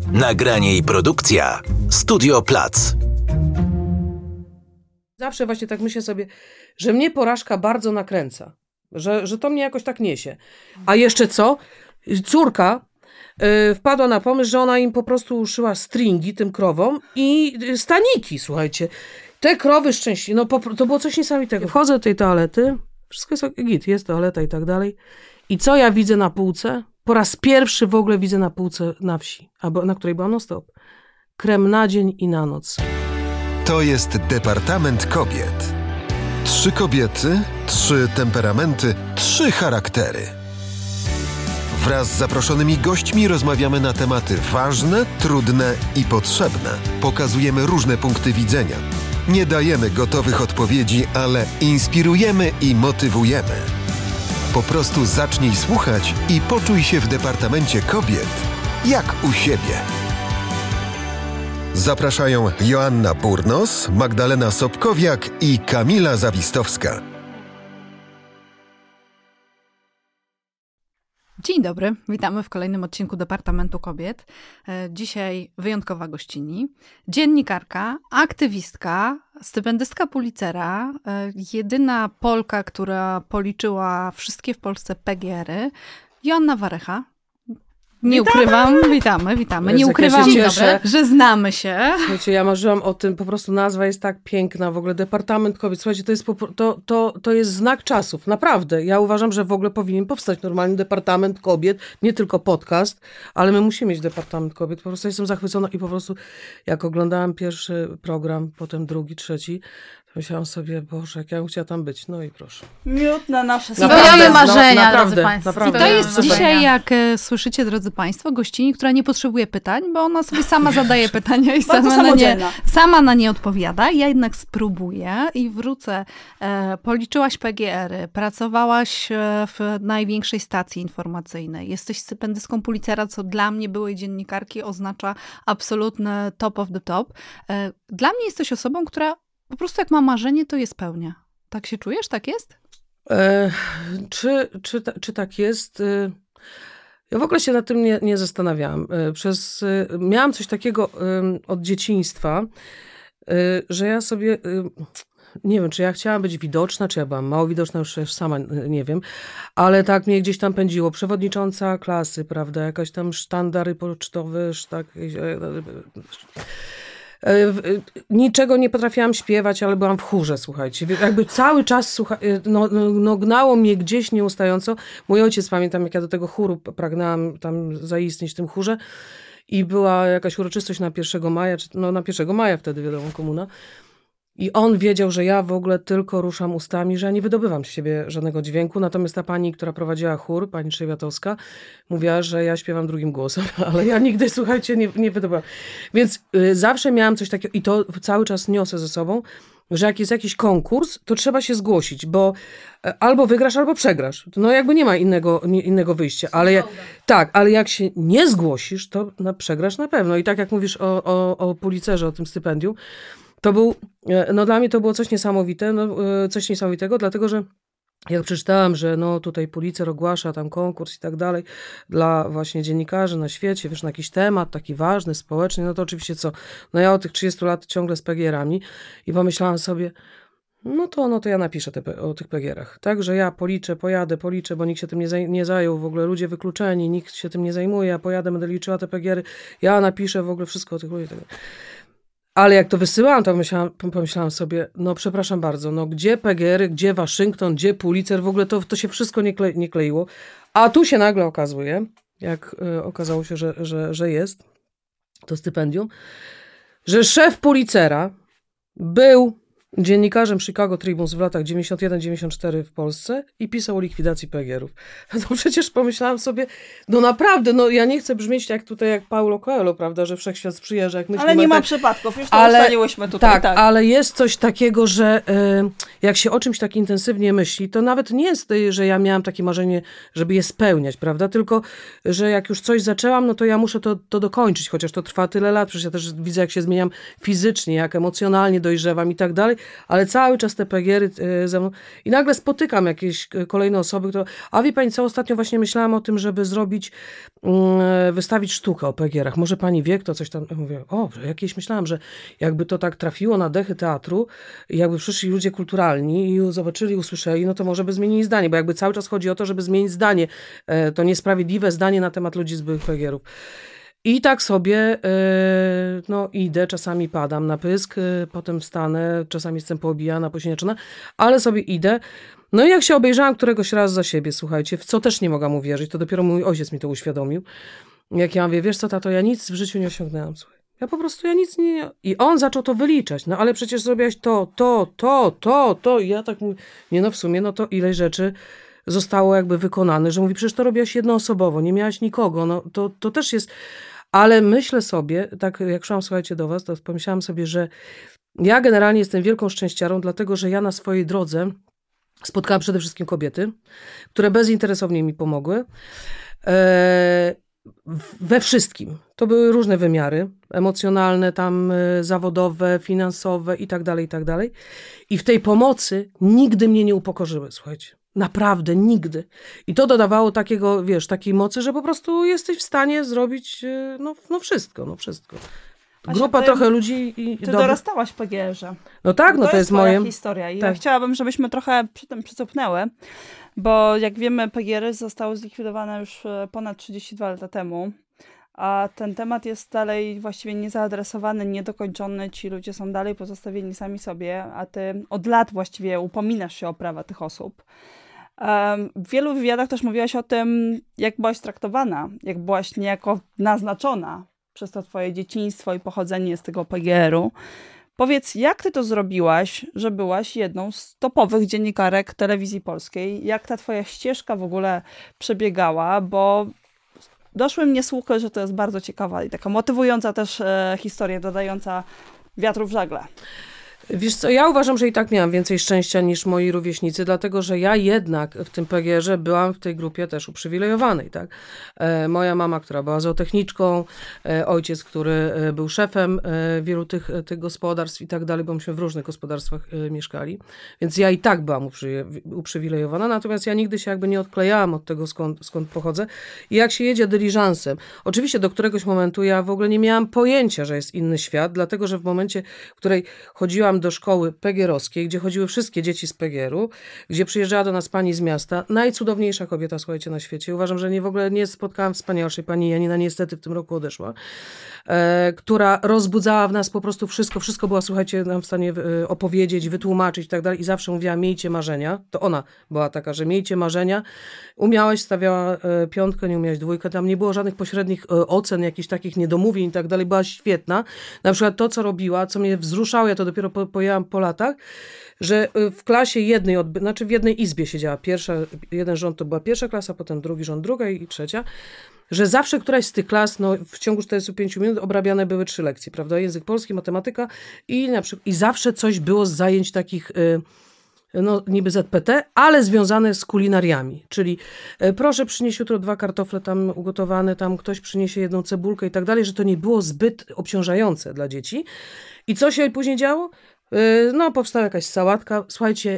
Nagranie i produkcja Studio Plac. Zawsze właśnie tak myślę sobie, że mnie porażka bardzo nakręca. Że to mnie jakoś tak niesie. A jeszcze co? Córka wpadła na pomysł, że ona im po prostu uszyła stringi tym krowom i staniki, słuchajcie. Te krowy szczęśliwe, to było coś niesamowitego. Wchodzę do tej toalety, wszystko jest git, jest toaleta i tak dalej. I co ja widzę na półce? Po raz pierwszy w ogóle widzę na półce na wsi, na której byłam non-stop. Krem na dzień i na noc. To jest Departament Kobiet. 3 kobiety, 3 temperamenty, 3 charaktery. Wraz z zaproszonymi gośćmi rozmawiamy na tematy ważne, trudne i potrzebne. Pokazujemy różne punkty widzenia. Nie dajemy gotowych odpowiedzi, ale inspirujemy i motywujemy. Po prostu zacznij słuchać i poczuj się w Departamencie Kobiet jak u siebie. Zapraszają Joanna Burnos, Magdalena Sobkowiak i Kamila Zawistowska. Dzień dobry, witamy w kolejnym odcinku Departamentu Kobiet. Dzisiaj wyjątkowa gościni, dziennikarka, aktywistka, stypendystka Pulitzera, jedyna Polka, która policzyła wszystkie w Polsce PGR-y, Joanna Warecha. Nie ukrywam, witamy. Nie ukrywam, że znamy się. Słuchajcie, ja marzyłam o tym, po prostu nazwa jest tak piękna, w ogóle Departament Kobiet. Słuchajcie, to jest znak czasów, naprawdę. Ja uważam, że w ogóle powinien powstać normalny Departament Kobiet, nie tylko podcast, ale my musimy mieć Departament Kobiet. Po prostu jestem zachwycona i po prostu jak oglądałam pierwszy program, potem drugi, trzeci, myślałam sobie, Boże, jak ja bym chciała tam być. No i proszę. Miód na nasze spełniamy marzenia, naprawdę, drodzy Państwo. Naprawdę. I to jest dzisiaj, jak słyszycie, drodzy Państwo, gościni, która nie potrzebuje pytań, bo ona sobie sama zadaje pytania i sama na nie odpowiada. Ja jednak spróbuję i wrócę. Policzyłaś PGR-y, pracowałaś w największej stacji informacyjnej. Jesteś stypendystką Pulitzera, co dla mnie, byłej dziennikarki, oznacza absolutny top of the top. Dla mnie jesteś osobą, która po prostu jak ma marzenie, to je spełnia. Tak się czujesz? Tak jest? Czy tak jest? Ja w ogóle się nad tym nie zastanawiałam. Miałam coś takiego od dzieciństwa, że ja sobie... Nie wiem, czy ja chciałam być widoczna, czy ja byłam mało widoczna, już sama nie wiem, ale tak mnie gdzieś tam pędziło. Przewodnicząca klasy, prawda, jakaś tam sztandary pocztowe, niczego nie potrafiłam śpiewać, ale byłam w chórze, słuchajcie. Jakby cały czas gnało mnie gdzieś nieustająco. Mój ojciec, pamiętam, jak ja do tego chóru pragnęłam tam zaistnieć w tym chórze i była jakaś uroczystość na 1 maja, na 1 maja wtedy, wiadomo, komuna. I on wiedział, że ja w ogóle tylko ruszam ustami, że ja nie wydobywam z siebie żadnego dźwięku. Natomiast ta pani, która prowadziła chór, pani Trzewiatowska, mówiła, że ja śpiewam drugim głosem, ale ja nigdy, słuchajcie, nie wydobywam. Więc zawsze miałam coś takiego i to cały czas niosę ze sobą, że jak jest jakiś konkurs, to trzeba się zgłosić, bo albo wygrasz, albo przegrasz. No jakby nie ma innego wyjścia. Ale jak się nie zgłosisz, to przegrasz na pewno. I tak jak mówisz o Pulitzerze, o tym stypendium, dla mnie to było coś niesamowitego, dlatego że jak przeczytałam, że tutaj Pulitzer ogłasza tam konkurs i tak dalej dla właśnie dziennikarzy na świecie, wiesz, na jakiś temat taki ważny, społeczny, no to oczywiście co? No ja od tych 30 lat ciągle z PGR-ami i pomyślałam sobie, no to ja napiszę o tych PGR-ach. Tak, że ja policzę, bo nikt się tym nie zajął, w ogóle ludzie wykluczeni, nikt się tym nie zajmuje, ja pojadę, będę liczyła te PGR-y, ja napiszę w ogóle wszystko o tych ludziach. Ale jak to wysyłałam, to pomyślałam sobie, przepraszam bardzo, gdzie PGR-y, gdzie Waszyngton, gdzie Pulitzer, w ogóle to się wszystko nie kleiło. A tu się nagle okazuje, jak okazało się, że jest to stypendium, że szef Pulitzera był dziennikarzem Chicago Tribune w latach 91-94 w Polsce i pisał o likwidacji PGR-ów. No przecież pomyślałam sobie, naprawdę, ja nie chcę brzmieć jak Paulo Coelho, prawda, że wszechświat sprzyja, że jak myślimy... Ale nie ma przypadków, już to ustaliłyśmy tutaj. Tak, ale jest coś takiego, że jak się o czymś tak intensywnie myśli, to nawet nie jest, że ja miałam takie marzenie, żeby je spełniać, prawda, tylko, że jak już coś zaczęłam, to ja muszę to dokończyć, chociaż to trwa tyle lat, przecież ja też widzę, jak się zmieniam fizycznie, jak emocjonalnie dojrzewam i tak dalej. ale cały czas te PGR-y ze mną. I nagle spotykam jakieś kolejne osoby, które... A wie pani co, ostatnio właśnie myślałam o tym, żeby wystawić sztukę o PGR-ach. Może pani wie, kto coś tam... Mówię, jakieś myślałam, że jakby to tak trafiło na dechy teatru, jakby przyszli ludzie kulturalni i zobaczyli, usłyszeli, no to może by zmienili zdanie, bo jakby cały czas chodzi o to, żeby zmienić zdanie. To niesprawiedliwe zdanie na temat ludzi z byłych PGR-ów. I tak sobie idę, czasami padam na pysk, potem wstanę, czasami jestem poobijana, posiniaczona, ale sobie idę. No i jak się obejrzałam któregoś razu za siebie, słuchajcie, w co też nie mogłam uwierzyć, to dopiero mój ojciec mi to uświadomił. Jak ja mówię, wiesz co, tato, ja nic w życiu nie osiągnęłam, słuchaj. Ja nic nie... I on zaczął to wyliczać, no ale przecież zrobiłaś to. I ja tak mówię, w sumie, no to ile rzeczy zostało jakby wykonane, że mówi, przecież to robiłaś jednoosobowo, nie miałaś nikogo, no to też jest... Ale myślę sobie, tak jak szłam, słuchajcie, do was, to pomyślałam sobie, że ja generalnie jestem wielką szczęściarą, dlatego, że ja na swojej drodze spotkałam przede wszystkim kobiety, które bezinteresownie mi pomogły. We wszystkim. To były różne wymiary, emocjonalne, tam zawodowe, finansowe i tak dalej. I w tej pomocy nigdy mnie nie upokorzyły, słuchajcie. Naprawdę, nigdy. I to dodawało takiej mocy, że po prostu jesteś w stanie zrobić wszystko. Grupa trochę ludzi i ty dorastałaś w PGR-ze. No tak, to jest moja historia. I tak. Ja chciałabym, żebyśmy trochę przy tym przycupnęły, bo jak wiemy, PGR-y zostały zlikwidowane już ponad 32 lata temu, a ten temat jest dalej właściwie niezaadresowany, niedokończony. Ci ludzie są dalej pozostawieni sami sobie, a ty od lat właściwie upominasz się o prawa tych osób. W wielu wywiadach też mówiłaś o tym, jak byłaś traktowana, jak byłaś niejako naznaczona przez to twoje dzieciństwo i pochodzenie z tego PGR-u. Powiedz, jak ty to zrobiłaś, że byłaś jedną z topowych dziennikarek telewizji polskiej? Jak ta twoja ścieżka w ogóle przebiegała? Bo doszły mnie słuchy, że to jest bardzo ciekawa i taka motywująca też historia, dodająca wiatru w żagle. Wiesz co, ja uważam, że i tak miałam więcej szczęścia niż moi rówieśnicy, dlatego, że ja jednak w tym PGR-ze byłam w tej grupie też uprzywilejowanej, tak? Moja mama, która była zootechniczką, ojciec, który był szefem wielu tych gospodarstw i tak dalej, bo myśmy w różnych gospodarstwach mieszkali, więc ja i tak byłam uprzywilejowana, natomiast ja nigdy się jakby nie odklejałam od tego, skąd pochodzę. I jak się jedzie dyliżansem, oczywiście do któregoś momentu ja w ogóle nie miałam pojęcia, że jest inny świat, dlatego, że w momencie, w której chodziłam do szkoły PGR-owskiej, gdzie chodziły wszystkie dzieci z PGR-u, gdzie przyjeżdżała do nas pani z miasta, najcudowniejsza kobieta, słuchajcie, na świecie. Uważam, że w ogóle nie spotkałam wspanialszej pani Janina, niestety w tym roku odeszła, która rozbudzała w nas po prostu wszystko była, słuchajcie, nam w stanie opowiedzieć, wytłumaczyć i tak dalej. I zawsze mówiła, miejcie marzenia. To ona była taka, że miejcie marzenia. Umiałaś, stawiała 5, nie umiałaś 2, tam nie było żadnych pośrednich ocen, jakichś takich niedomówień i tak dalej. Była świetna. Na przykład to, co robiła, co mnie wzruszało, ja to dopiero pojęłam po latach, że w klasie jednej, w jednej izbie siedziała jeden rząd to była pierwsza klasa, potem drugi rząd, druga i trzecia, że zawsze któraś z tych klas, w ciągu 45 minut obrabiane były 3 lekcje, prawda? Język polski, matematyka i zawsze coś było z zajęć takich niby ZPT, ale związane z kulinariami, czyli proszę przynieść jutro 2 kartofle tam ugotowane, tam ktoś przyniesie 1 cebulkę i tak dalej, że to nie było zbyt obciążające dla dzieci. I co się później działo? Powstała jakaś sałatka. Słuchajcie,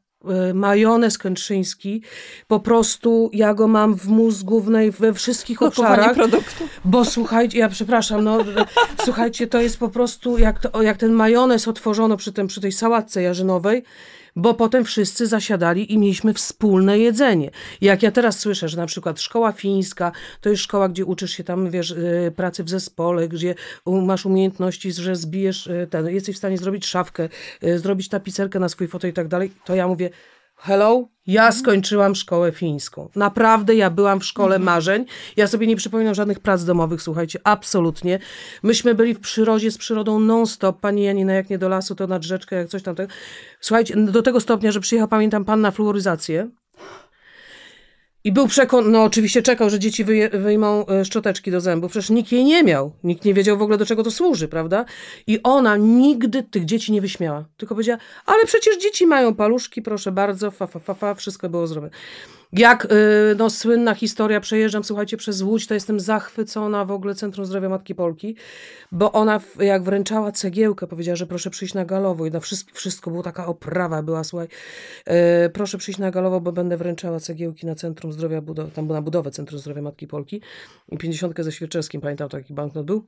majonez kętrzyński, po prostu ja go mam w mózgu we wszystkich obszarach. Bo słuchajcie, ja przepraszam, słuchajcie, to jest po prostu jak ten majonez otworzono przy tej sałatce jarzynowej, bo potem wszyscy zasiadali i mieliśmy wspólne jedzenie. Jak ja teraz słyszę, że na przykład szkoła fińska to jest szkoła, gdzie uczysz się tam, wiesz, pracy w zespole, gdzie masz umiejętności, że zbijesz jesteś w stanie zrobić szafkę, zrobić tapicerkę na swój fotel i tak dalej, to ja mówię, hello, ja skończyłam szkołę fińską. Naprawdę, ja byłam w szkole marzeń. Ja sobie nie przypominam żadnych prac domowych, słuchajcie, absolutnie. Myśmy byli w przyrodzie z przyrodą non-stop. Pani Janina, jak nie do lasu, to nad rzeczkę, jak coś tam. Słuchajcie, do tego stopnia, że przyjechał, pamiętam, pan na fluoryzację. I był oczywiście czekał, że dzieci wyjmą szczoteczki do zębów. Przecież nikt jej nie miał. Nikt nie wiedział w ogóle, do czego to służy, prawda? I ona nigdy tych dzieci nie wyśmiała. Tylko powiedziała, ale przecież dzieci mają paluszki, proszę bardzo, wszystko było zrobione. Jak słynna historia, przejeżdżam, słuchajcie, przez Łódź, to jestem zachwycona w ogóle Centrum Zdrowia Matki Polki, bo ona jak wręczała cegiełkę, powiedziała, że proszę przyjść na Galowo i na wszystko była taka oprawa, była, słuchaj, proszę przyjść na Galowo, bo będę wręczała cegiełki na Centrum Zdrowia, tam na budowę Centrum Zdrowia Matki Polki i 50 ze Świerczewskim, pamiętam, taki banknot był.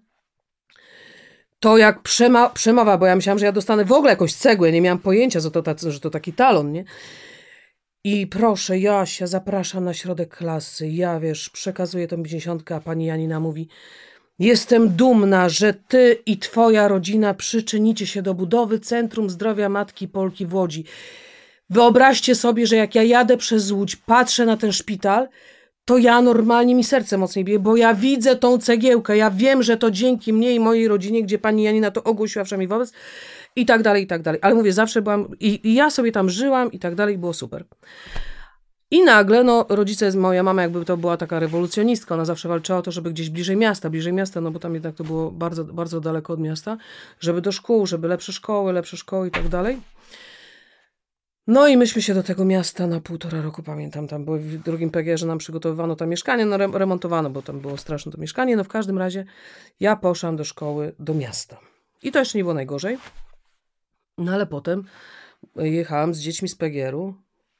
To jak przemowa, bo ja myślałam, że ja dostanę w ogóle jakąś cegłę, nie miałam pojęcia, że to taki talon, nie? I proszę, Jasia, zapraszam na środek klasy. Ja, przekazuję tą 50, a pani Janina mówi: jestem dumna, że ty i twoja rodzina przyczynicie się do budowy Centrum Zdrowia Matki Polki w Łodzi. Wyobraźcie sobie, że jak ja jadę przez Łódź, patrzę na ten szpital, to ja normalnie mi serce mocniej bije, bo ja widzę tą cegiełkę. Ja wiem, że to dzięki mnie i mojej rodzinie, gdzie pani Janina to ogłosiła wszemi wobec, i tak dalej, i tak dalej. Ale mówię, zawsze byłam, i ja sobie tam żyłam, i tak dalej, było super. I nagle, rodzice, moja mama jakby to była taka rewolucjonistka, ona zawsze walczyła o to, żeby gdzieś bliżej miasta, bo tam jednak to było bardzo, bardzo daleko od miasta, żeby do szkół, żeby lepsze szkoły i tak dalej. No i myśmy się do tego miasta na 1,5 roku, pamiętam, tam było w drugim PGR-ze nam przygotowywano tam mieszkanie, remontowano, bo tam było straszne to mieszkanie, w każdym razie ja poszłam do szkoły, do miasta. I to jeszcze nie było najgorzej. No ale potem jechałam z dziećmi z PGR-u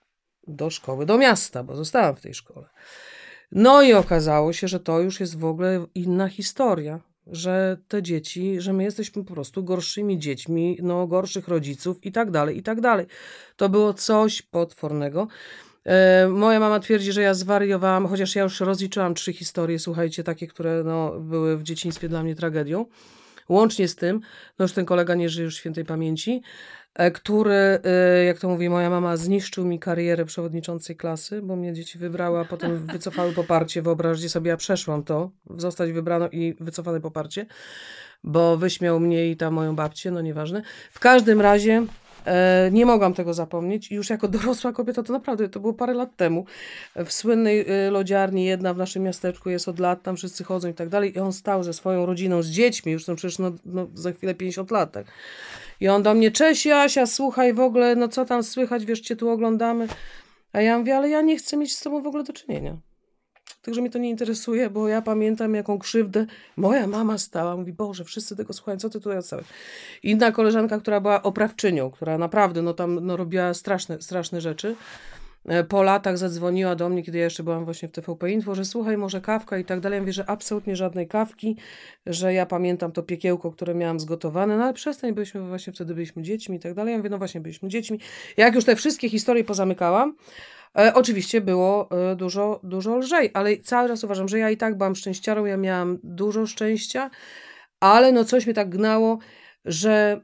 do szkoły, do miasta, bo zostałam w tej szkole. No i okazało się, że to już jest w ogóle inna historia, że te dzieci, że my jesteśmy po prostu gorszymi dziećmi, gorszych rodziców i tak dalej, i tak dalej. To było coś potwornego. Moja mama twierdzi, że ja zwariowałam, chociaż ja już rozliczyłam 3 historie, słuchajcie, takie, które były w dzieciństwie dla mnie tragedią. Łącznie z tym, już ten kolega nie żyje już świętej pamięci, który, jak to mówi moja mama, zniszczył mi karierę przewodniczącej klasy, bo mnie dzieci wybrały, a potem wycofały poparcie. Wyobraźcie sobie, ja przeszłam to, zostać wybrano i wycofane poparcie, bo wyśmiał mnie i ta moją babcię, nieważne. W każdym razie nie mogłam tego zapomnieć i już jako dorosła kobieta, to naprawdę, to było parę lat temu, w słynnej lodziarni, jedna w naszym miasteczku jest od lat, tam wszyscy chodzą i tak dalej, i on stał ze swoją rodziną, z dziećmi, już są przecież za chwilę 50 lat, tak. I on do mnie: cześć Jasia, słuchaj, w ogóle, co tam słychać, cię tu oglądamy. A ja mówię: ale ja nie chcę mieć z tobą w ogóle do czynienia. Także mnie to nie interesuje, bo ja pamiętam, jaką krzywdę moja mama stała. Mówi: Boże, wszyscy tego słuchają, co ty tutaj odstałeś? Inna koleżanka, która była oprawczynią, która naprawdę tam robiła straszne rzeczy. Po latach zadzwoniła do mnie, kiedy ja jeszcze byłam właśnie w TVP Info, że słuchaj, może kawka i tak dalej. Ja mówię, że absolutnie żadnej kawki, że ja pamiętam to piekiełko, które miałam zgotowane, ale przestań, wtedy byliśmy dziećmi i tak dalej. Ja mówię: właśnie byliśmy dziećmi. Jak już te wszystkie historie pozamykałam, oczywiście było dużo lżej, ale cały czas uważam, że ja i tak byłam szczęściarą, ja miałam dużo szczęścia, ale coś mnie tak gnało, że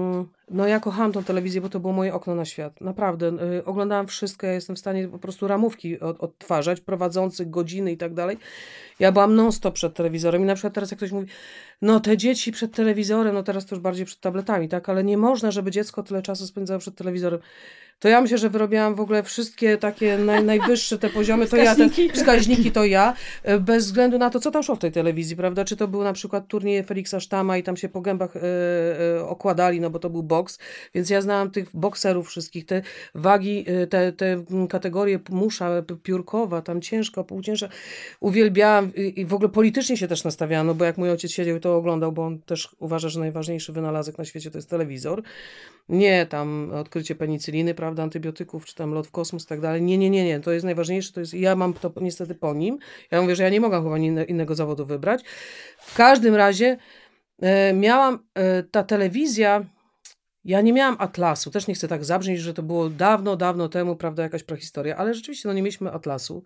ja kochałam tą telewizję, bo to było moje okno na świat. Naprawdę. Oglądałam wszystko, ja jestem w stanie po prostu ramówki odtwarzać, prowadzących, godziny i tak dalej. Ja byłam non-stop przed telewizorem i na przykład teraz jak ktoś mówi: te dzieci przed telewizorem, teraz to już bardziej przed tabletami, tak? Ale nie można, żeby dziecko tyle czasu spędzało przed telewizorem. To ja myślę, że wyrobiłam w ogóle wszystkie takie najwyższe te poziomy, to wskaźniki to ja, bez względu na to, co tam szło w tej telewizji, prawda? Czy to był na przykład turniej Feliksa Sztama i tam się po gębach okładali, bo to był boks, więc ja znałam tych bokserów wszystkich, te wagi, te kategorie musza, piórkowa, tam ciężka, półciężka, uwielbiałam i w ogóle politycznie się też nastawiano, bo jak mój ojciec siedział i to oglądał, bo on też uważa, że najważniejszy wynalazek na świecie to jest telewizor. Nie tam odkrycie penicyliny, prawda, antybiotyków, czy tam lot w kosmos i tak dalej. Nie. To jest najważniejsze, ja mam to niestety po nim. Ja mówię, że ja nie mogłam chyba innego zawodu wybrać. W każdym razie miałam ta telewizja, ja nie miałam atlasu, też nie chcę tak zabrzmieć, że to było dawno temu, prawda, jakaś prehistoria, ale rzeczywiście nie mieliśmy atlasu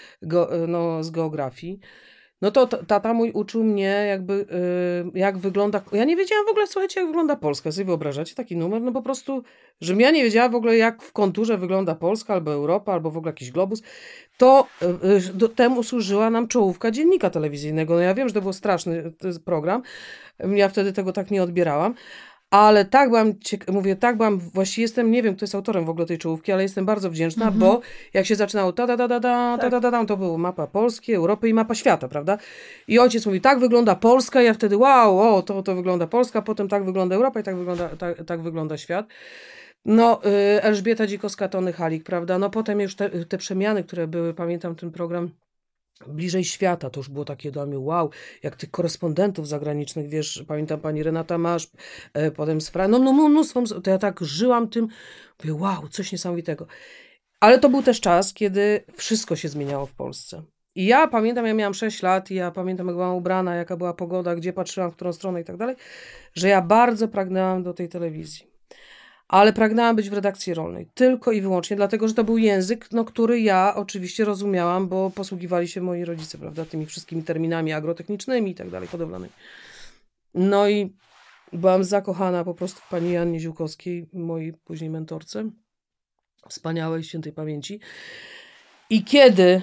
z geografii. To tata mój uczył mnie jak wygląda... Ja nie wiedziałam w ogóle, słuchajcie, jak wygląda Polska. Sobie wyobrażacie taki numer? Po prostu, żebym ja nie wiedziała w ogóle, jak w konturze wygląda Polska, albo Europa, albo w ogóle jakiś globus. To temu służyła nam czołówka dziennika telewizyjnego. Ja wiem, że to był straszny program. Ja wtedy tego tak nie odbierałam. Ale tak byłam, właściwie jestem, nie wiem, kto jest autorem w ogóle tej czołówki, ale jestem bardzo wdzięczna, bo jak się zaczynało to była mapa Polski, Europy i mapa świata, prawda? I ojciec mówi: tak wygląda Polska, ja wtedy to wygląda Polska, potem tak wygląda Europa i tak wygląda świat. No, Elżbieta Dzikowska, Tony Halik, prawda? No potem już te przemiany, które były, pamiętam ten program Bliżej Świata, to już było takie dla mnie wow, jak tych korespondentów zagranicznych, wiesz, pamiętam pani Renata Masz, potem z Fran, no mnóstwo, to ja tak żyłam tym, mówię, wow, coś niesamowitego. Ale to był też czas, kiedy wszystko się zmieniało w Polsce. I ja pamiętam, ja miałam 6 lat i ja pamiętam, jak byłam ubrana, jaka była pogoda, gdzie patrzyłam, w którą stronę i tak dalej, że ja bardzo pragnęłam do tej telewizji. Ale pragnęłam być w redakcji rolnej. Tylko i wyłącznie dlatego, że to był język, no, który ja oczywiście rozumiałam, bo posługiwali się moi rodzice, prawda, tymi wszystkimi terminami agrotechnicznymi i tak dalej, hodowlanymi. No i byłam zakochana po prostu w pani Jannie Ziółkowskiej, mojej później mentorce, wspaniałej, świętej pamięci. I kiedy...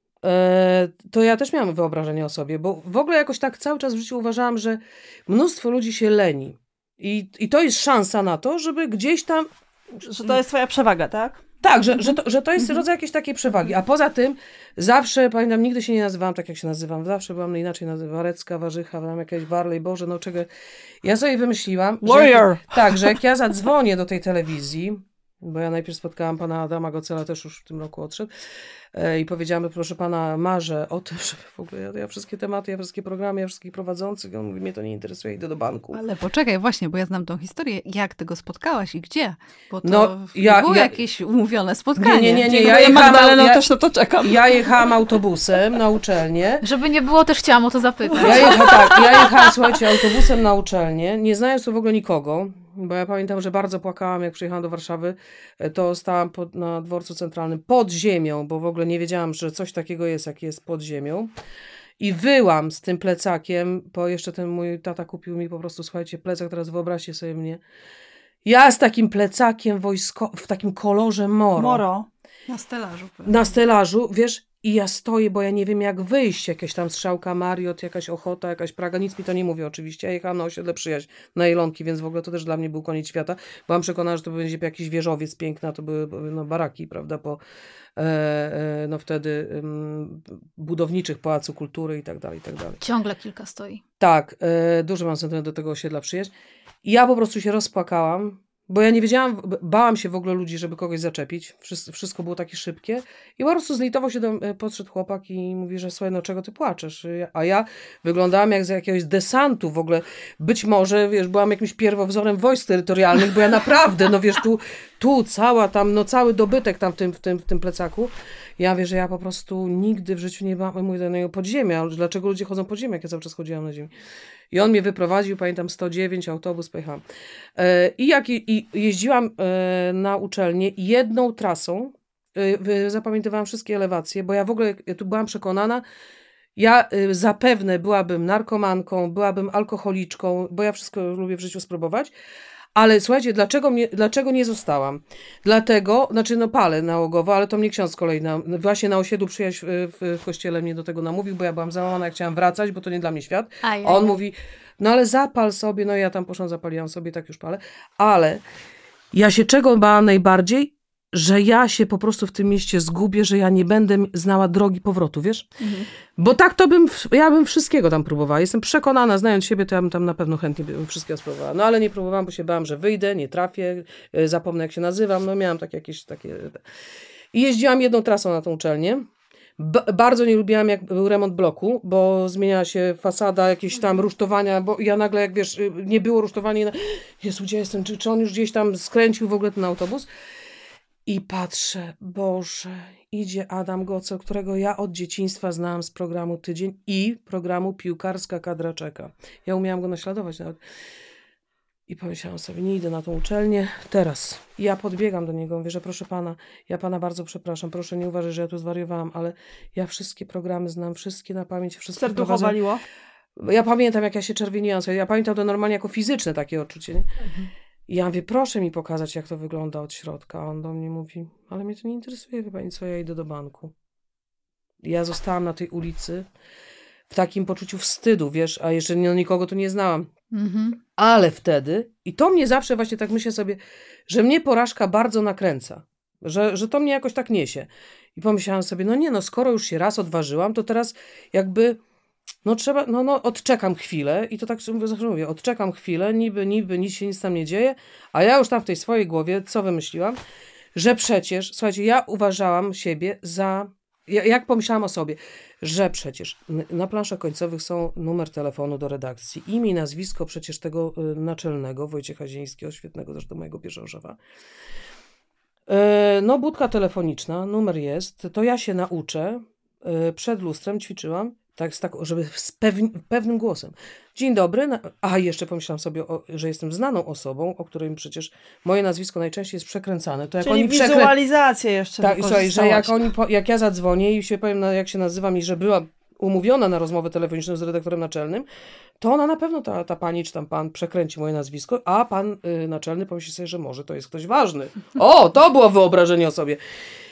to ja też miałam wyobrażenie o sobie, bo w ogóle jakoś tak cały czas w życiu uważałam, że mnóstwo ludzi się leni. I to jest szansa na to, żeby gdzieś tam... Że to jest twoja przewaga, tak? Tak, że to jest rodzaj jakiejś takiej przewagi. A poza tym zawsze, pamiętam, nigdy się nie nazywałam tak, jak się nazywam. Zawsze byłam inaczej nazywana. Warecka, Warzycha, tam jakaś Warley, Boże, no czego... Ja sobie wymyśliłam, że jak ja zadzwonię do tej telewizji, bo ja najpierw spotkałam pana Adama Gocela, też już w tym roku odszedł, i powiedziałam, proszę pana, marzę o tym, że w ogóle ja wszystkie tematy, ja wszystkie programy, ja wszystkich prowadzących, on mówi, mnie to nie interesuje, idę do banku. Ale poczekaj, właśnie, bo ja znam tą historię. Jak ty go spotkałaś i gdzie? Bo to było jakieś umówione spotkanie. Nie. Ja jechałam, też na to czekam. Ja jechałam autobusem na uczelnię. Żeby nie było, też chciałam o to zapytać. Ja jechałam, słuchajcie, autobusem na uczelnię, nie znając tu w ogóle nikogo, bo ja pamiętam, że bardzo płakałam, jak przyjechałam do Warszawy, to stałam na dworcu centralnym pod ziemią, bo w ogóle nie wiedziałam, że coś takiego jest, jak jest pod ziemią. I wyłam z tym plecakiem, bo jeszcze ten mój tata kupił mi po prostu, słuchajcie, plecak, teraz wyobraźcie sobie mnie. Ja z takim plecakiem w takim kolorze moro. Na stelażu, wiesz, i ja stoję, bo ja nie wiem, jak wyjść. Jakaś tam Strzałka, Mariot, jakaś Ochota, jakaś Praga, nic mi to nie mówi oczywiście. Ja jechałam na osiedle Przyjaźń, na Ilonki, więc w ogóle to też dla mnie był koniec świata. Byłam przekonana, że to będzie jakiś wieżowiec piękny, a to były baraki, prawda, wtedy budowniczych Pałacu Kultury i tak dalej, i tak dalej. Ciągle kilka stoi. Tak, dużo mam sentyment do tego osiedla Przyjaźń. I ja po prostu się rozpłakałam, bo ja nie wiedziałam, bałam się w ogóle ludzi, żeby kogoś zaczepić. Wszystko było takie szybkie. I po prostu zlitował się podszedł chłopak i mówi, że słuchaj, no czego ty płaczesz? A ja wyglądałam jak z jakiegoś desantu w ogóle. Być może, wiesz, byłam jakimś pierwowzorem wojsk terytorialnych, bo ja naprawdę, no wiesz, tu cała tam, no cały dobytek tam w tym plecaku. Ja wiem, że ja po prostu nigdy w życiu nie byłam, mówię do niego, podziemia. Ale dlaczego ludzie chodzą pod ziemię, jak ja cały czas chodziłam na ziemi? I on mnie wyprowadził, pamiętam 109, autobus, pojechałam. I jeździłam na uczelnię jedną trasą, zapamiętywałam wszystkie elewacje, bo ja w ogóle tu byłam przekonana, ja zapewne byłabym narkomanką, byłabym alkoholiczką, bo ja wszystko lubię w życiu spróbować. Ale słuchajcie, dlaczego nie zostałam? Dlatego, palę nałogowo, ale to mnie ksiądz z kolei właśnie na osiedlu Przyjaźń w kościele mnie do tego namówił, bo ja byłam załamana, jak chciałam wracać, bo to nie dla mnie świat. A on mówi, no ale zapal sobie, no ja tam poszłam, zapaliłam sobie, tak już palę. Ale ja się czego bałam najbardziej? Że ja się po prostu w tym mieście zgubię, że ja nie będę znała drogi powrotu, wiesz? Mhm. Bo tak to ja bym wszystkiego tam próbowała. Jestem przekonana, znając siebie, to ja bym tam na pewno chętnie bym wszystkiego spróbowała. No ale nie próbowałam, bo się bałam, że wyjdę, nie trafię, zapomnę jak się nazywam. No miałam jakieś takie... I jeździłam jedną trasą na tą uczelnię. Bardzo nie lubiłam, jak był remont bloku, bo zmieniała się fasada, jakieś tam rusztowania, bo ja nagle, jak wiesz, nie było rusztowania. Jezu, gdzie jestem? Czy on już gdzieś tam skręcił w ogóle ten autobus? I patrzę, Boże, idzie Adam Gocel, którego ja od dzieciństwa znałam z programu Tydzień i programu Piłkarska kadra czeka. Ja umiałam go naśladować nawet. I pomyślałam sobie, nie idę na tą uczelnię teraz. I ja podbiegam do niego, mówię, że proszę pana, ja pana bardzo przepraszam, proszę nie uważać, że ja tu zwariowałam, ale ja wszystkie programy znam, wszystkie na pamięć, wszystkie prowadzę. Waliło? Ja pamiętam, jak ja się czerwieniłam. Ja pamiętam to normalnie jako fizyczne takie odczucie, nie? Mhm. I ja mówię, proszę mi pokazać, jak to wygląda od środka. A on do mnie mówi, ale mnie to nie interesuje, wie pani co, ja idę do banku. I ja zostałam na tej ulicy w takim poczuciu wstydu, wiesz, a jeszcze nikogo tu nie znałam. Mm-hmm. Ale wtedy, i to mnie zawsze właśnie tak myślę sobie, że mnie porażka bardzo nakręca, że to mnie jakoś tak niesie. I pomyślałam sobie, skoro już się raz odważyłam, to teraz jakby no trzeba, odczekam chwilę i to tak zawsze mówię, odczekam chwilę, niby, nic tam nie dzieje, a ja już tam w tej swojej głowie, co wymyśliłam, że przecież, słuchajcie, ja uważałam siebie jak pomyślałam o sobie, że przecież na planszach końcowych są numer telefonu do redakcji, imię i nazwisko przecież tego naczelnego, Wojciecha Zielińskiego, świetnego zresztą mojego pierwszego szefa. Budka telefoniczna, numer jest, to ja się nauczę, przed lustrem ćwiczyłam, żeby pewnym głosem. Dzień dobry. Jeszcze pomyślałam sobie, że jestem znaną osobą, o której przecież moje nazwisko najczęściej jest przekręcane. To jak czyli oni wizualizację jeszcze tak, słuchaj, że jak ja zadzwonię i się powiem, jak się nazywam i że była umówiona na rozmowę telefoniczną z redaktorem naczelnym, to ona na pewno, ta pani czy tam pan przekręci moje nazwisko, a pan naczelny pomyśli sobie, że może to jest ktoś ważny. O, to było wyobrażenie o sobie.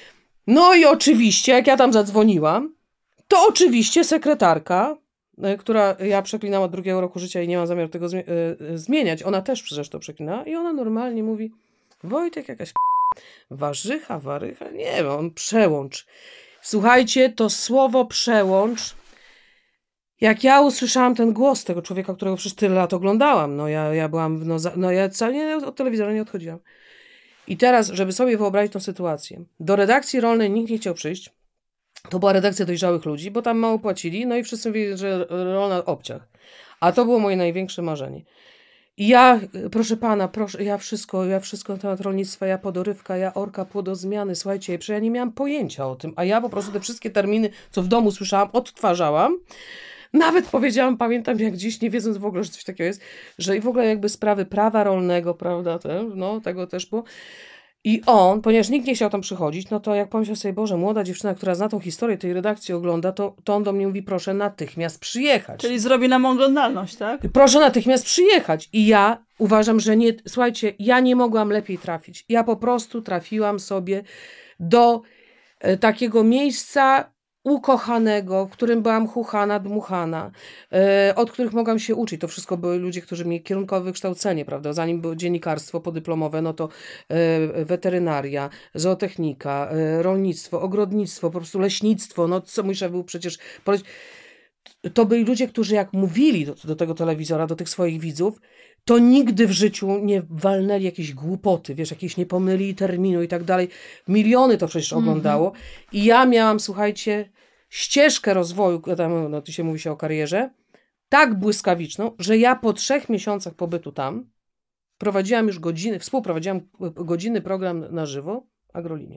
No i oczywiście, jak ja tam zadzwoniłam, to oczywiście sekretarka, która ja przeklinam od 2 roku życia i nie mam zamiaru tego zmieniać, ona też przecież to przeklinała i ona normalnie mówi, Wojtek, jakaś warycha, nie wiem, przełącz. Słuchajcie, to słowo przełącz, jak ja usłyszałam ten głos tego człowieka, którego przez tyle lat oglądałam, ja byłam, ja wcale od telewizora nie odchodziłam. I teraz, żeby sobie wyobrazić tę sytuację, do redakcji rolnej nikt nie chciał przyjść. To była redakcja dojrzałych ludzi, bo tam mało płacili, no i wszyscy mówili, że rolna obciach. A to było moje największe marzenie. I ja, proszę pana, ja wszystko na temat rolnictwa, ja podorywka, ja orka, płodozmiany, słuchajcie, przecież ja nie miałam pojęcia o tym, a ja po prostu te wszystkie terminy, co w domu słyszałam, odtwarzałam. Nawet powiedziałam, pamiętam jak dziś, nie wiedząc w ogóle, że coś takiego jest, że i w ogóle jakby sprawy prawa rolnego, prawda, tego też było. I on, ponieważ nikt nie chciał tam przychodzić, no to jak pomyślał sobie, Boże, młoda dziewczyna, która zna tą historię tej redakcji, ogląda, to on do mnie mówi, proszę natychmiast przyjechać. Czyli zrobi nam oglądalność, tak? Proszę natychmiast przyjechać. I ja uważam, że nie, słuchajcie, ja nie mogłam lepiej trafić. Ja po prostu trafiłam sobie do takiego miejsca ukochanego, w którym byłam chuchana, dmuchana, od których mogłam się uczyć. To wszystko były ludzie, którzy mieli kierunkowe wykształcenie, prawda? Zanim było dziennikarstwo podyplomowe, no to weterynaria, zootechnika, rolnictwo, ogrodnictwo, po prostu leśnictwo, no co mój szef był przecież... To byli ludzie, którzy jak mówili do tego telewizora, do tych swoich widzów, to nigdy w życiu nie walnęli jakiejś głupoty, wiesz, jakieś nie pomylili terminu i tak dalej. Miliony to przecież oglądało. I ja miałam, słuchajcie, ścieżkę rozwoju, tam, tu się mówi się o karierze, tak błyskawiczną, że ja po 3 miesiącach pobytu tam prowadziłam już współprowadziłam godzinny program na żywo, Agrolinię.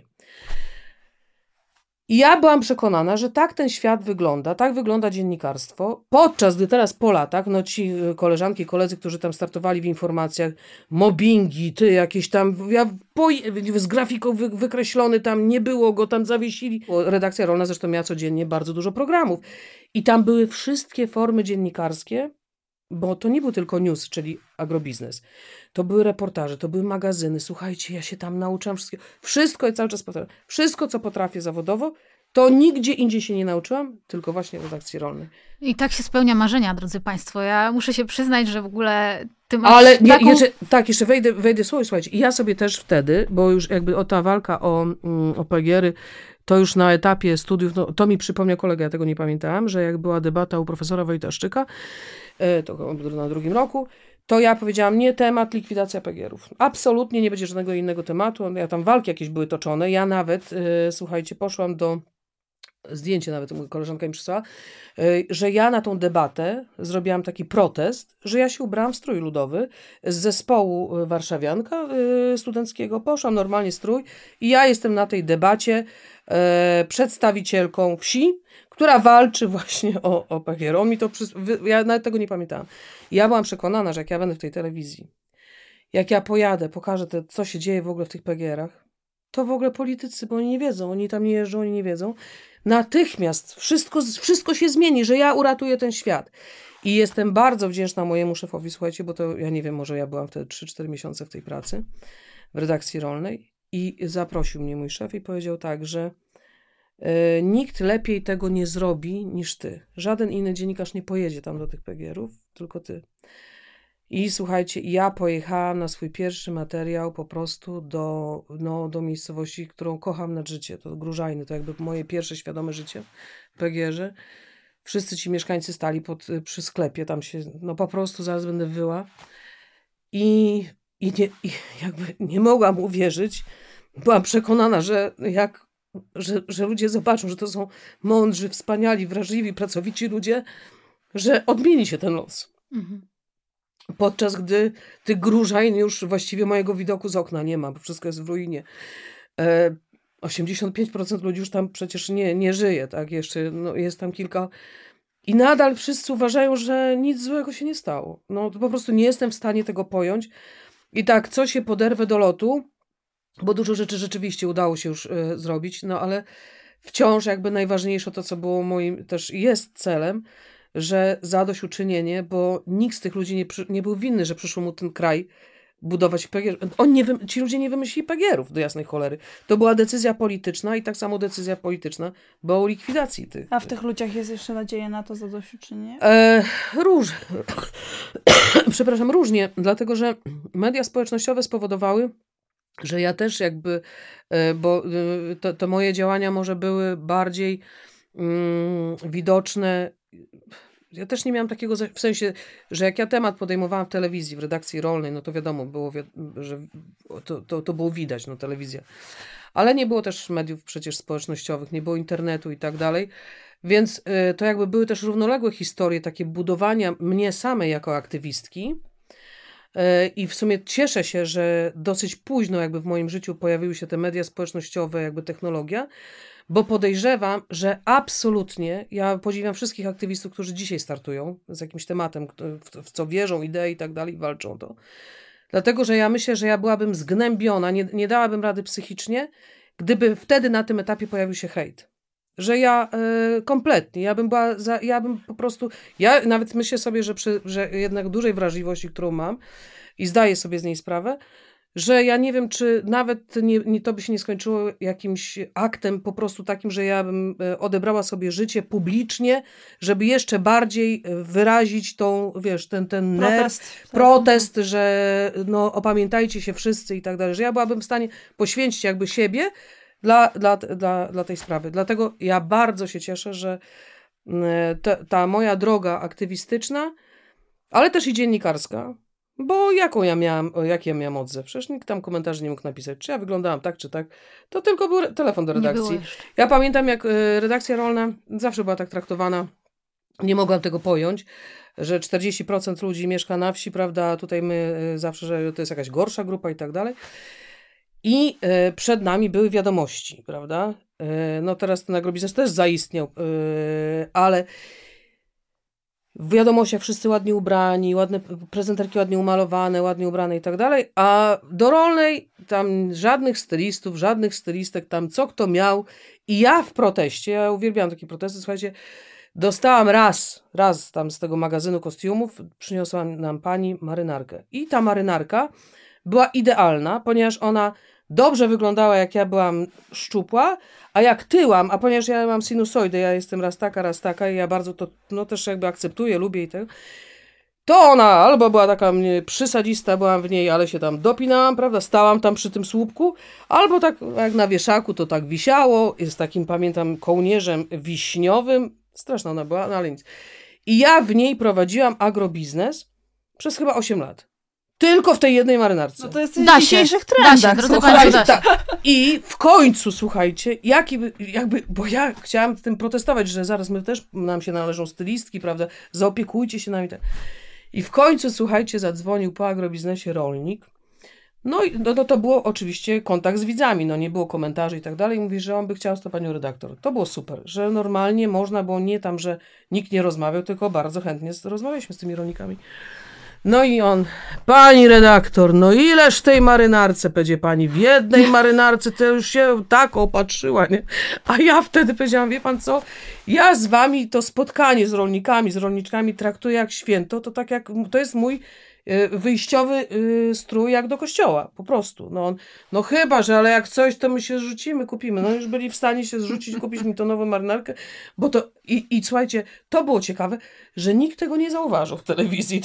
I ja byłam przekonana, że tak ten świat wygląda, tak wygląda dziennikarstwo, podczas gdy teraz po latach, no ci koleżanki, koledzy, którzy tam startowali w informacjach, mobbingi, jakieś tam, z grafiką wykreślony, tam nie było go, tam zawiesili. Redakcja rolna zresztą miała codziennie bardzo dużo programów i tam były wszystkie formy dziennikarskie, bo to nie był tylko news, czyli agrobiznes. To były reportaże, to były magazyny. Słuchajcie, ja się tam nauczyłam wszystkiego. Wszystko i cały czas powtarzam. Wszystko, co potrafię zawodowo, to nigdzie indziej się nie nauczyłam, tylko właśnie w redakcji rolnej. I tak się spełnia marzenia, drodzy państwo. Ja muszę się przyznać, że w ogóle ty masz ale taką... jeszcze wejdę słowo, słuchajcie. I ja sobie też wtedy, bo już jakby ta walka o PGR-y, to już na etapie studiów, no, to mi przypomniał kolega, ja tego nie pamiętałam, że jak była debata u profesora Wojtaszczyka, to na 2. roku, to ja powiedziałam, nie temat likwidacja PGR-ów. Absolutnie nie będzie żadnego innego tematu. Ja tam walki jakieś były toczone. Ja nawet, słuchajcie, poszłam do... Zdjęcie nawet moja koleżanka mi przysłała, że ja na tą debatę zrobiłam taki protest, że ja się ubrałam w strój ludowy z zespołu warszawianka studenckiego. Poszłam normalnie strój i ja jestem na tej debacie przedstawicielką wsi, która walczy właśnie o PGR. Ja nawet tego nie pamiętałam. Ja byłam przekonana, że jak ja będę w tej telewizji, jak ja pojadę, pokażę co się dzieje w ogóle w tych PGR-ach, to w ogóle politycy, bo oni nie wiedzą, oni tam nie jeżdżą, oni nie wiedzą. Natychmiast wszystko się zmieni, że ja uratuję ten świat. I jestem bardzo wdzięczna mojemu szefowi, słuchajcie, bo to ja nie wiem, może ja byłam wtedy 3-4 miesiące w tej pracy w redakcji rolnej i zaprosił mnie mój szef i powiedział tak, że nikt lepiej tego nie zrobi niż ty. Żaden inny dziennikarz nie pojedzie tam do tych PGR-ów, tylko ty. I słuchajcie, ja pojechałam na swój pierwszy materiał po prostu do miejscowości, którą kocham nad życie. To Grużajny, to jakby moje pierwsze świadome życie w PGR-ze. wszyscy ci mieszkańcy stali przy sklepie, tam się, no po prostu zaraz będę wyła. I jakby nie mogłam uwierzyć. Byłam przekonana, że ludzie zobaczą, że to są mądrzy, wspaniali, wrażliwi, pracowici ludzie, że odmieni się ten los. Podczas gdy tych Grużajn już właściwie mojego widoku z okna nie ma, bo wszystko jest w ruinie. 85% ludzi już tam przecież nie żyje, tak? Jeszcze jest tam kilka. I nadal wszyscy uważają, że nic złego się nie stało. No to po prostu nie jestem w stanie tego pojąć. I tak, co się poderwę do lotu, bo dużo rzeczy rzeczywiście udało się już zrobić, no ale wciąż jakby najważniejsze to, co było moim też jest celem, że zadośćuczynienie, bo nikt z tych ludzi nie był winny, że przyszło mu ten kraj budować PGR. Ci ludzie nie wymyślili PGR-ów, do jasnej cholery. To była decyzja polityczna i tak samo decyzja polityczna była o likwidacji tych. A w tych ludziach jest jeszcze nadzieja na to zadośćuczynienie? Przepraszam, różnie, dlatego że media społecznościowe spowodowały, że ja też jakby, bo to moje działania może były bardziej widoczne. Ja też nie miałam takiego, w sensie, że jak ja temat podejmowałam w telewizji, w redakcji rolnej, no to wiadomo było, że to było widać, no telewizja. Ale nie było też mediów przecież społecznościowych, nie było internetu i tak dalej. Więc to jakby były też równoległe historie, takie budowania mnie samej jako aktywistki. I w sumie cieszę się, że dosyć późno jakby w moim życiu pojawiły się te media społecznościowe, jakby technologia, bo podejrzewam, że absolutnie, ja podziwiam wszystkich aktywistów, którzy dzisiaj startują z jakimś tematem, w co wierzą, idee i tak dalej, walczą to. Dlatego, że ja myślę, że ja byłabym zgnębiona, nie dałabym rady psychicznie, gdyby wtedy na tym etapie pojawił się hejt. Że ja kompletnie, ja bym po prostu, ja nawet myślę sobie, że jednak dużej wrażliwości, którą mam i zdaję sobie z niej sprawę, że ja nie wiem, czy nawet to by się nie skończyło jakimś aktem po prostu takim, że ja bym odebrała sobie życie publicznie, żeby jeszcze bardziej wyrazić tą, wiesz, ten protest, że no opamiętajcie się wszyscy i tak dalej, że ja byłabym w stanie poświęcić jakby siebie dla tej sprawy. Dlatego ja bardzo się cieszę, że ta moja droga aktywistyczna, ale też i dziennikarska, bo jakie ja miałam odzew? Przecież nikt tam komentarzy nie mógł napisać, czy ja wyglądałam tak, czy tak. To tylko był telefon do redakcji. Ja pamiętam, jak redakcja rolna zawsze była tak traktowana, nie mogłam tego pojąć, że 40% ludzi mieszka na wsi, prawda, tutaj my zawsze, że to jest jakaś gorsza grupa i tak dalej. I przed nami były wiadomości, prawda? No teraz ten agrobiznes też zaistniał, ale w wiadomościach wszyscy ładnie ubrani, ładne prezenterki ładnie umalowane, ładnie ubrane i tak dalej, a do rolnej tam żadnych stylistów, żadnych stylistek, tam co kto miał. I ja w proteście, ja uwielbiam takie protesty, słuchajcie, dostałam raz tam z tego magazynu kostiumów, przyniosła nam pani marynarkę. I ta marynarka była idealna, ponieważ ona dobrze wyglądała, jak ja byłam szczupła, a jak tyłam, a ponieważ ja mam sinusoidę, ja jestem raz taka i ja bardzo to no też jakby akceptuję, lubię i tak, to ona albo była taka przysadzista, byłam w niej, ale się tam dopinałam, prawda, stałam tam przy tym słupku, albo tak jak na wieszaku to tak wisiało, jest takim, pamiętam, kołnierzem wiśniowym, straszna ona była, no ale nic. I ja w niej prowadziłam agrobiznes przez chyba 8 lat. Tylko w tej jednej marynarce. No to jest w dzisiejszych trendach. I w końcu, słuchajcie, bo ja chciałam tym protestować, że zaraz nam się należą stylistki, prawda, zaopiekujcie się nami. I w końcu, słuchajcie, zadzwonił po agrobiznesie rolnik. No i to było oczywiście kontakt z widzami, no nie było komentarzy i tak dalej. Mówi, że on by chciał z to panią redaktor. To było super, że normalnie można było nie tam, że nikt nie rozmawiał, tylko bardzo chętnie rozmawialiśmy z tymi rolnikami. No i on, pani redaktor, no ileż tej marynarce, będzie pani, w jednej marynarce to już się tak opatrzyła, nie? A ja wtedy powiedziałam, wie pan co, ja z wami to spotkanie z rolnikami, z rolniczkami traktuję jak święto, to tak jak, to jest mój wyjściowy strój jak do kościoła, po prostu. No chyba, że ale jak coś, to my się zrzucimy, kupimy. No już byli w stanie się zrzucić, kupić mi tą nową marynarkę, bo to, i słuchajcie, to było ciekawe, że nikt tego nie zauważył w telewizji, tak?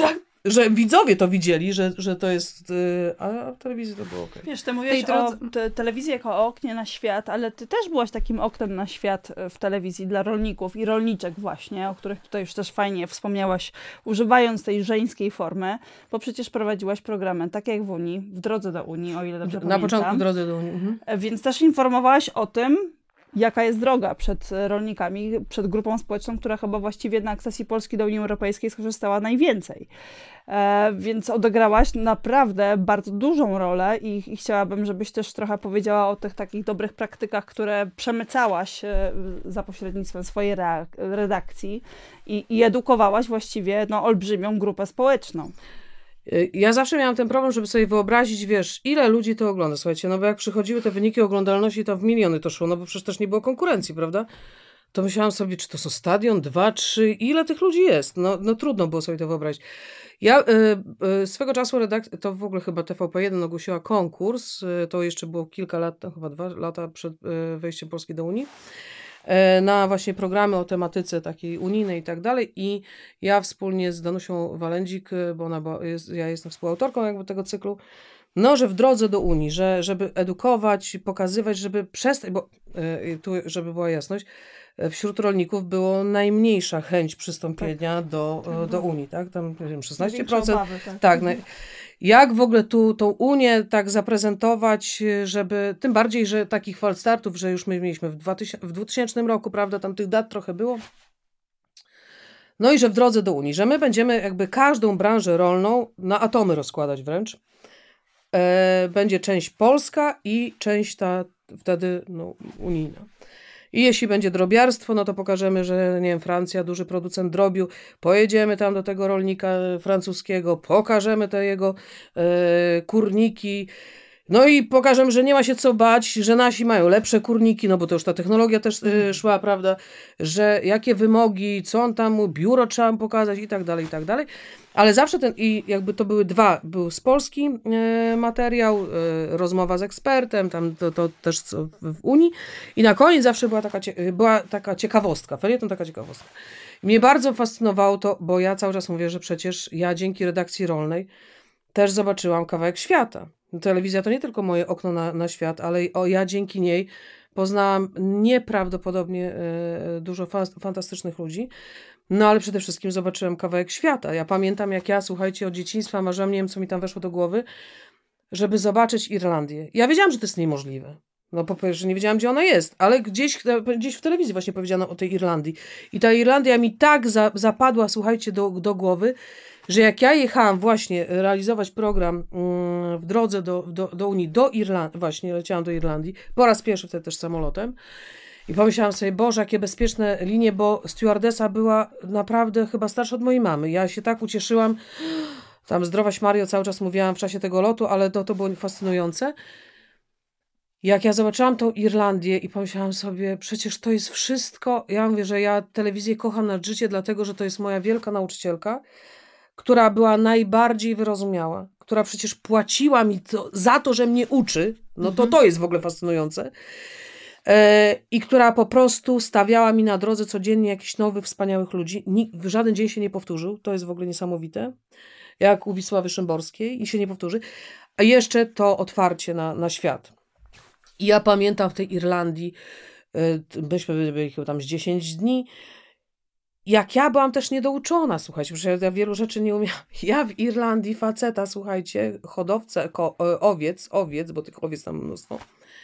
że widzowie to widzieli, że to jest, a w telewizji to było okej. Wiesz, ty mówisz o telewizji jako o oknie na świat, ale ty też byłaś takim oknem na świat w telewizji dla rolników i rolniczek właśnie, o których tutaj już też fajnie wspomniałaś, używając tej żeńskiej formy, bo przecież prowadziłaś programy, tak jak w Unii, w drodze do Unii, o ile dobrze pamiętam. Na początku drodze do Unii. Więc też informowałaś o tym, jaka jest droga przed rolnikami, przed grupą społeczną, która chyba właściwie na akcesji Polski do Unii Europejskiej skorzystała najwięcej. Więc odegrałaś naprawdę bardzo dużą rolę i chciałabym, żebyś też trochę powiedziała o tych takich dobrych praktykach, które przemycałaś za pośrednictwem swojej redakcji i edukowałaś właściwie olbrzymią grupę społeczną. Ja zawsze miałam ten problem, żeby sobie wyobrazić, wiesz, ile ludzi to ogląda, słuchajcie, no bo jak przychodziły te wyniki oglądalności, to w miliony to szło, no bo przecież też nie było konkurencji, prawda? To myślałam sobie, czy to są stadion, 2, 3, ile tych ludzi jest? No trudno było sobie to wyobrazić. Ja swego czasu to w ogóle chyba TVP1 ogłosiła konkurs, to jeszcze było kilka lat, chyba 2 lata przed wejściem Polski do Unii, na właśnie programy o tematyce takiej unijnej i tak dalej i ja wspólnie z Danusią Walędzik, bo ja jestem współautorką jakby tego cyklu, że w drodze do Unii, żeby edukować, pokazywać, żeby przestać, bo tu, żeby była jasność, wśród rolników było najmniejsza chęć przystąpienia do Unii, tak? Tam, nie wiem, 16%. Obawy, tak. Jak w ogóle tą Unię tak zaprezentować, żeby, tym bardziej, że takich falstartów, że już my mieliśmy w 2000 roku, prawda, tam tych dat trochę było. No i że w drodze do Unii, że my będziemy jakby każdą branżę rolną na atomy rozkładać wręcz. Będzie część polska i część ta wtedy unijna. I jeśli będzie drobiarstwo, no to pokażemy, że nie wiem, Francja, duży producent drobiu, pojedziemy tam do tego rolnika francuskiego, pokażemy te jego kurniki, no i pokażemy, że nie ma się co bać, że nasi mają lepsze kurniki, no bo to już ta technologia też szła, prawda, że jakie wymogi, co on tam, biuro trzeba mu pokazać i tak dalej, i tak dalej. Ale zawsze i jakby to był z Polski materiał, rozmowa z ekspertem, tam to też w Unii i na koniec zawsze była taka ciekawostka, felieton taka ciekawostka. Mnie bardzo fascynowało to, bo ja cały czas mówię, że przecież ja dzięki redakcji rolnej też zobaczyłam kawałek świata. Telewizja to nie tylko moje okno na świat, ale ja dzięki niej poznałam nieprawdopodobnie dużo fantastycznych ludzi. No ale przede wszystkim zobaczyłem kawałek świata. Ja pamiętam, jak ja, słuchajcie, od dzieciństwa marzyłam, nie wiem, co mi tam weszło do głowy, żeby zobaczyć Irlandię. Ja wiedziałam, że to jest niemożliwe. No po pierwsze nie wiedziałam, gdzie ona jest, ale gdzieś w telewizji właśnie powiedziano o tej Irlandii. I ta Irlandia mi tak zapadła, słuchajcie, do głowy, że jak ja jechałam właśnie realizować program w drodze do Unii, do Irlandii, właśnie leciałam do Irlandii, po raz pierwszy wtedy też samolotem, i pomyślałam sobie, Boże, jakie bezpieczne linie, bo stewardesa była naprawdę chyba starsza od mojej mamy. Ja się tak ucieszyłam, tam zdrowaś Mario cały czas mówiłam w czasie tego lotu, ale to było fascynujące. Jak ja zobaczyłam tą Irlandię i pomyślałam sobie, przecież to jest wszystko, ja mówię, że ja telewizję kocham nad życie, dlatego, że to jest moja wielka nauczycielka, która była najbardziej wyrozumiała, która przecież płaciła mi za to, że mnie uczy, no to jest w ogóle fascynujące, i która po prostu stawiała mi na drodze codziennie jakichś nowych, wspaniałych ludzi. Żaden dzień się nie powtórzył, to jest w ogóle niesamowite, jak u Wisławy Szymborskiej i się nie powtórzy. A jeszcze to otwarcie na świat. I ja pamiętam w tej Irlandii, myśmy byli chyba tam z 10 dni, jak ja byłam też niedouczona, słuchajcie, przecież ja wielu rzeczy nie umiałam. Ja w Irlandii faceta, słuchajcie, hodowcę owiec, bo tych owiec tam mnóstwo,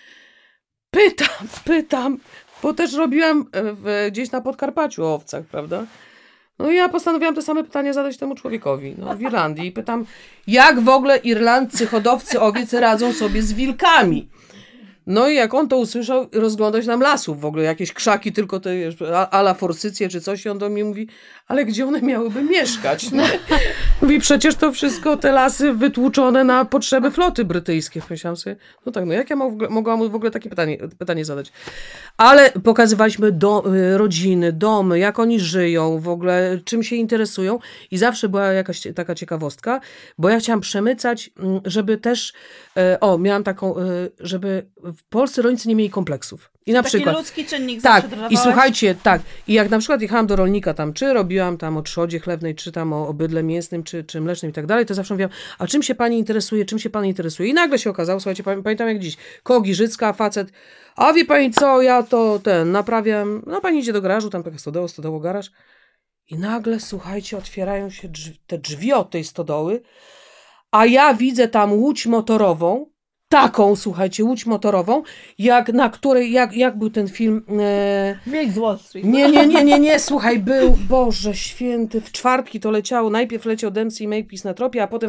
pytam, bo też robiłam gdzieś na Podkarpaciu o owcach, prawda? No i ja postanowiłam te same pytania zadać temu człowiekowi, w Irlandii. I pytam, jak w ogóle Irlandcy hodowcy owiec radzą sobie z wilkami? No i jak on to usłyszał, rozglądał się nam lasów w ogóle, jakieś krzaki, tylko te a la forsycje czy coś, i on do mnie mówi, ale gdzie one miałyby mieszkać? No. Mówi, przecież to wszystko, te lasy wytłuczone na potrzeby floty brytyjskiej. Myślałam sobie, no tak, no jak ja mogłam mu w ogóle takie pytanie zadać? Ale pokazywaliśmy rodziny, domy, jak oni żyją, w ogóle czym się interesują i zawsze była jakaś taka ciekawostka, bo ja chciałam przemycać, żeby też, miałam taką, żeby w Polsce rolnicy nie mieli kompleksów. I na taki przykład, ludzki czynnik tak, zawsze dodawałeś? i słuchajcie, tak, i jak na przykład jechałam do rolnika tam, czy robiłam tam o trzodzie chlewnej, czy tam o bydle mięsnym, czy mlecznym i tak dalej, to zawsze mówiłam, a czym się pani interesuje, czym się pan interesuje? I nagle się okazało, słuchajcie, pamiętam jak dziś, koło Giżycka, facet, a wie pani co, ja to naprawiam, no pani idzie do garażu, tam taka stodoło, garaż i nagle, słuchajcie, otwierają się te drzwi od tej stodoły, a ja widzę tam łódź motorową, taką, słuchajcie, łódź motorową, na której, jak był ten film... Wilk z Wall Street. Nie, słuchaj, był, Boże Święty, w czwartki to leciało, najpierw leciał Dempsey i Makepeace na tropie, a potem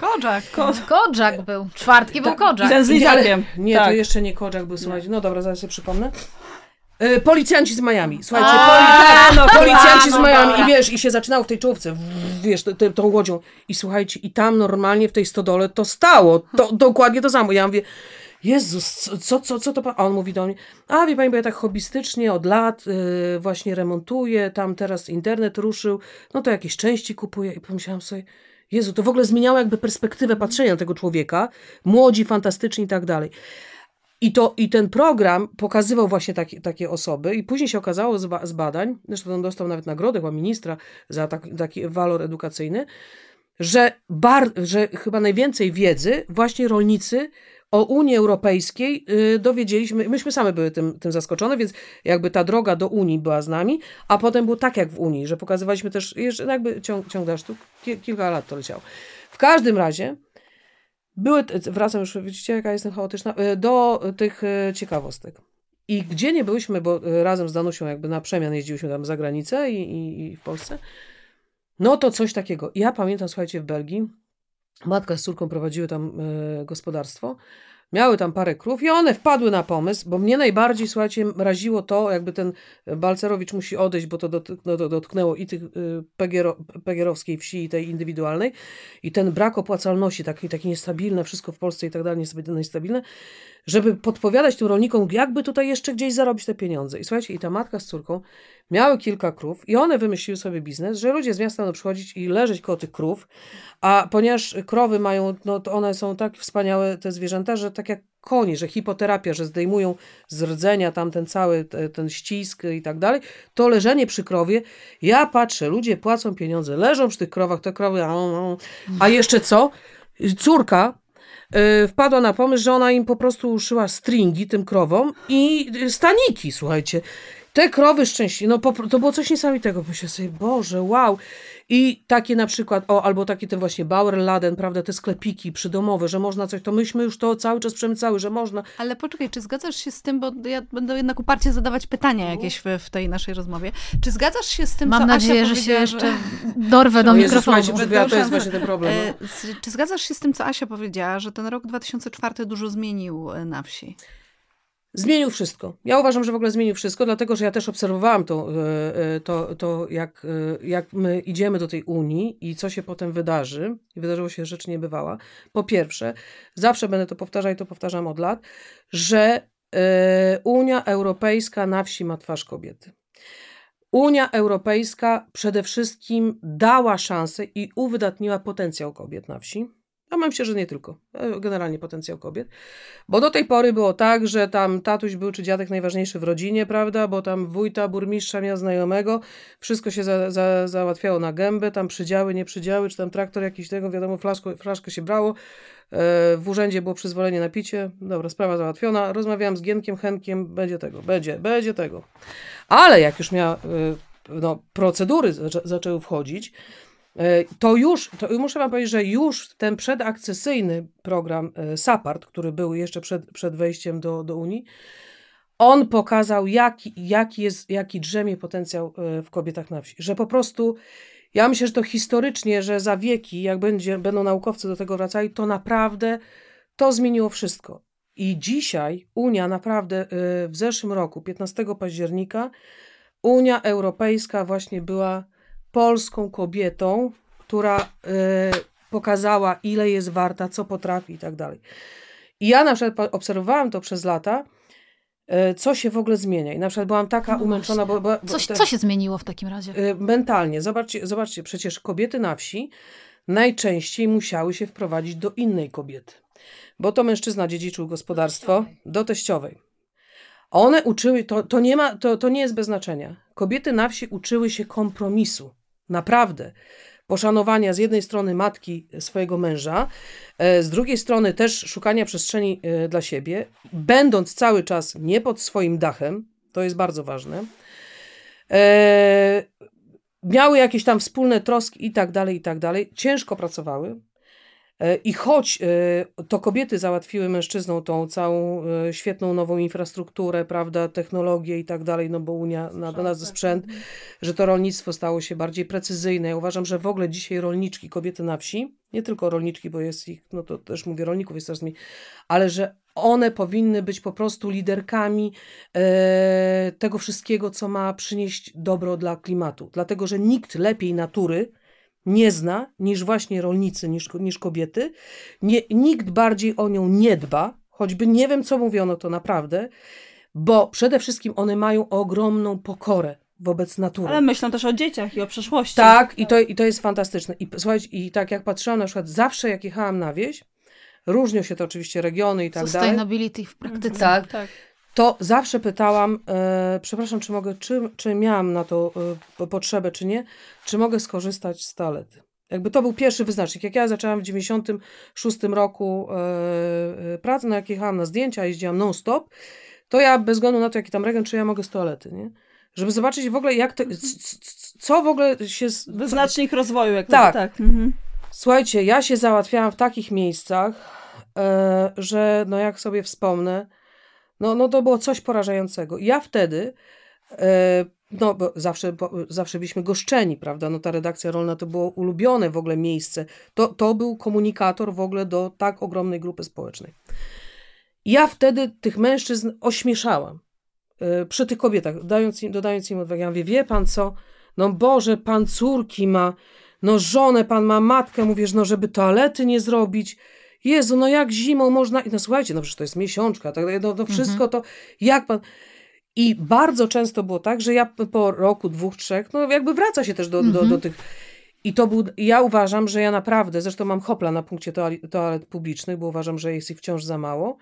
Kojak był, czwartki był Kojak. Ten z lizakiem. Nie, tak. to jeszcze nie Kojak był, słuchajcie, no dobra, zaraz sobie przypomnę. Policjanci z Miami, słuchajcie, policjanci z Miami i wiesz, i się zaczynało w tej czołówce, wiesz, tą łodzią i słuchajcie, i tam normalnie w tej stodole to stało, dokładnie to samo, ja mówię, Jezus, co to pan? A on mówi do mnie, a wie pani, bo ja tak hobbystycznie od lat właśnie remontuję, tam teraz internet ruszył, no to jakieś części kupuję i pomyślałam sobie, Jezu, to w ogóle zmieniało jakby perspektywę patrzenia na tego człowieka, młodzi, fantastyczni i tak dalej. I ten program pokazywał właśnie takie osoby i później się okazało z badań, zresztą on dostał nawet nagrodę chyba ministra za taki walor edukacyjny, że chyba najwięcej wiedzy właśnie rolnicy o Unii Europejskiej dowiedzieliśmy, myśmy same były tym zaskoczone, więc jakby ta droga do Unii była z nami, a potem było tak jak w Unii, że pokazywaliśmy też, jeszcze jakby ciąg dalszy, kilka lat to leciało. W każdym razie wracam już, widzicie jaka jestem chaotyczna, do tych ciekawostek. I gdzie nie byłyśmy, bo razem z Danusią jakby na przemian jeździłyśmy tam za granicę i w Polsce, no to coś takiego. Ja pamiętam, słuchajcie, w Belgii matka z córką prowadziły tam gospodarstwo, miały tam parę krów i one wpadły na pomysł, bo mnie najbardziej, słuchajcie, raziło to, jakby ten Balcerowicz musi odejść, bo to dotknęło i tych pegierowskiej wsi, i tej indywidualnej, i ten brak opłacalności, taki niestabilne, wszystko w Polsce i tak dalej, niestabilne, żeby podpowiadać tym rolnikom, jakby tutaj jeszcze gdzieś zarobić te pieniądze. I słuchajcie, i ta matka z córką miały kilka krów i one wymyśliły sobie biznes, że ludzie z miasta będą przychodzić i leżeć koło tych krów, a ponieważ krowy mają, no to one są tak wspaniałe, te zwierzęta, że tak jak konie, że hipoterapia, że zdejmują z rdzenia tam ten cały, ten ścisk i tak dalej, to leżenie przy krowie, ja patrzę, ludzie płacą pieniądze, leżą przy tych krowach, te krowy, a jeszcze co? Córka wpadła na pomysł, że ona im po prostu uszyła stringi tym krowom i staniki, słuchajcie. Te krowy szczęśliwe, no to było coś niesamowitego. Myślę sobie, Boże, wow. I takie na przykład, albo takie ten właśnie Bauerladen, prawda, te sklepiki przydomowe, że można coś, to myśmy już to cały czas przemycały, że można. Ale poczekaj, czy zgadzasz się z tym, bo ja będę jednak uparcie zadawać pytania jakieś w tej naszej rozmowie. Czy zgadzasz się z tym, Mam co nadzieję, Asia że powiedziała, się jeszcze dorwę do mikrofonu. To jest właśnie ten problem. No. Czy zgadzasz się z tym, co Asia powiedziała, że ten rok 2004 dużo zmienił na wsi? Zmienił wszystko. Ja uważam, że w ogóle zmienił wszystko, dlatego, że ja też obserwowałam to jak my idziemy do tej Unii i co się potem wydarzy. I wydarzyło się rzecz niebywała. Po pierwsze, zawsze będę to powtarzać i to powtarzam od lat, że Unia Europejska na wsi ma twarz kobiety. Unia Europejska przede wszystkim dała szansę i uwydatniła potencjał kobiet na wsi. A myślę, że nie tylko. Generalnie potencjał kobiet. Bo do tej pory było tak, że tam tatuś był czy dziadek najważniejszy w rodzinie, prawda? Bo tam wójta, burmistrza miał znajomego. Wszystko się załatwiało na gębę. Tam przydziały, nie przydziały, czy tam traktor jakiś tego, wiadomo, flaszkę się brało. W urzędzie było przyzwolenie na picie. Dobra, sprawa załatwiona. Rozmawiałam z Gienkiem, Henkiem. Będzie tego. Ale jak już procedury zaczęły wchodzić, to muszę wam powiedzieć, że już ten przedakcesyjny program SAPARD, który był jeszcze przed wejściem do Unii, on pokazał, jaki drzemie potencjał w kobietach na wsi. Że po prostu, ja myślę, że to historycznie, że za wieki, jak będą naukowcy do tego wracali, to naprawdę to zmieniło wszystko. I dzisiaj Unia naprawdę w zeszłym roku, 15 października, Unia Europejska właśnie była polską kobietą, która pokazała, ile jest warta, co potrafi i tak dalej. I ja na przykład obserwowałam to przez lata, co się w ogóle zmienia. I na przykład byłam taka umęczona, bo Co się zmieniło w takim razie? Mentalnie. Zobaczcie, przecież kobiety na wsi najczęściej musiały się wprowadzić do innej kobiety. Bo to mężczyzna dziedziczył gospodarstwo do teściowej. One uczyły, to nie jest bez znaczenia. Kobiety na wsi uczyły się kompromisu. Naprawdę. Poszanowania z jednej strony matki swojego męża, z drugiej strony też szukania przestrzeni dla siebie, będąc cały czas nie pod swoim dachem, to jest bardzo ważne. Miały jakieś tam wspólne troski i tak dalej, ciężko pracowały. I choć to kobiety załatwiły mężczyznom tą całą świetną nową infrastrukturę, prawda, technologię i tak dalej, no bo Unia nada ze sprzęt, że to rolnictwo stało się bardziej precyzyjne. Ja uważam, że w ogóle dzisiaj rolniczki, kobiety na wsi, nie tylko rolniczki, bo jest ich, no to też mówię, rolników jest coraz mniej, ale że one powinny być po prostu liderkami tego wszystkiego, co ma przynieść dobro dla klimatu. Dlatego, że nikt lepiej natury nie zna niż właśnie rolnicy, niż kobiety. Nikt bardziej o nią nie dba, choćby nie wiem, co mówiono, to naprawdę, bo przede wszystkim one mają ogromną pokorę wobec natury. Ale myślą też o dzieciach i o przyszłości. Tak, i to jest fantastyczne. I słuchajcie, i tak jak patrzyłam na przykład zawsze, jak jechałam na wieś, różnią się to oczywiście regiony i tak dalej. Sustainability w praktyce. Tak. To zawsze pytałam, przepraszam, czy mogę, czy miałam na to potrzebę, czy nie, czy mogę skorzystać z toalety. Jakby to był pierwszy wyznacznik. Jak ja zaczęłam w 96 roku pracę, jak jechałam na zdjęcia, jeździłam non-stop, to ja bez względu na to, jaki tam region, czy ja mogę z toalety, nie? Żeby zobaczyć w ogóle, jak to, co w ogóle się... Wyznacznik rozwoju. Jak tak. Tak. Mhm. Słuchajcie, ja się załatwiałam w takich miejscach, że no jak sobie wspomnę, no to było coś porażającego. Ja wtedy, no bo zawsze byliśmy goszczeni, prawda, no ta redakcja rolna to było ulubione w ogóle miejsce. To był komunikator w ogóle do tak ogromnej grupy społecznej. Ja wtedy tych mężczyzn ośmieszałam przy tych kobietach, dodając im odwagę. Ja mówię, wie pan co, no Boże, pan córki ma, no żonę pan ma, matkę, mówisz, no żeby toalety nie zrobić. Jezu, no jak zimą można... No słuchajcie, no przecież to jest miesiączka, tak, no wszystko to... Jak pan... I bardzo często było tak, że ja po roku, 2, 3, no jakby wraca się też do tych... I to był... Ja uważam, że ja naprawdę, zresztą mam hopla na punkcie toalet publicznych, bo uważam, że jest ich wciąż za mało,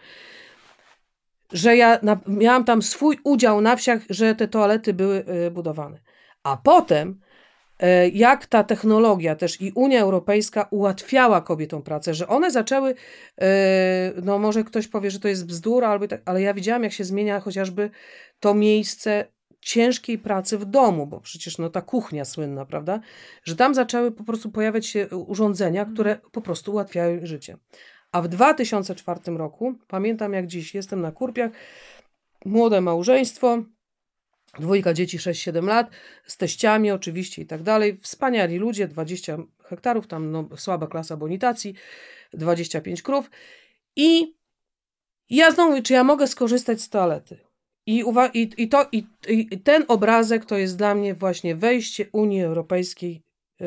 że ja miałam tam swój udział na wsiach, że te toalety były budowane. A potem... jak ta technologia też i Unia Europejska ułatwiała kobietom pracę, że one zaczęły, no może ktoś powie, że to jest bzdura, albo tak, ale ja widziałam, jak się zmienia chociażby to miejsce ciężkiej pracy w domu, bo przecież no ta kuchnia słynna, prawda, że tam zaczęły po prostu pojawiać się urządzenia, które po prostu ułatwiają życie. A w 2004 roku, pamiętam jak dziś, jestem na Kurpiach, młode małżeństwo, 2 dzieci, 6-7 lat, z teściami oczywiście i tak dalej. Wspaniali ludzie, 20 hektarów, tam no, słaba klasa bonitacji, 25 krów. I ja znowu mówię, czy ja mogę skorzystać z toalety? I ten obrazek to jest dla mnie właśnie wejście Unii Europejskiej.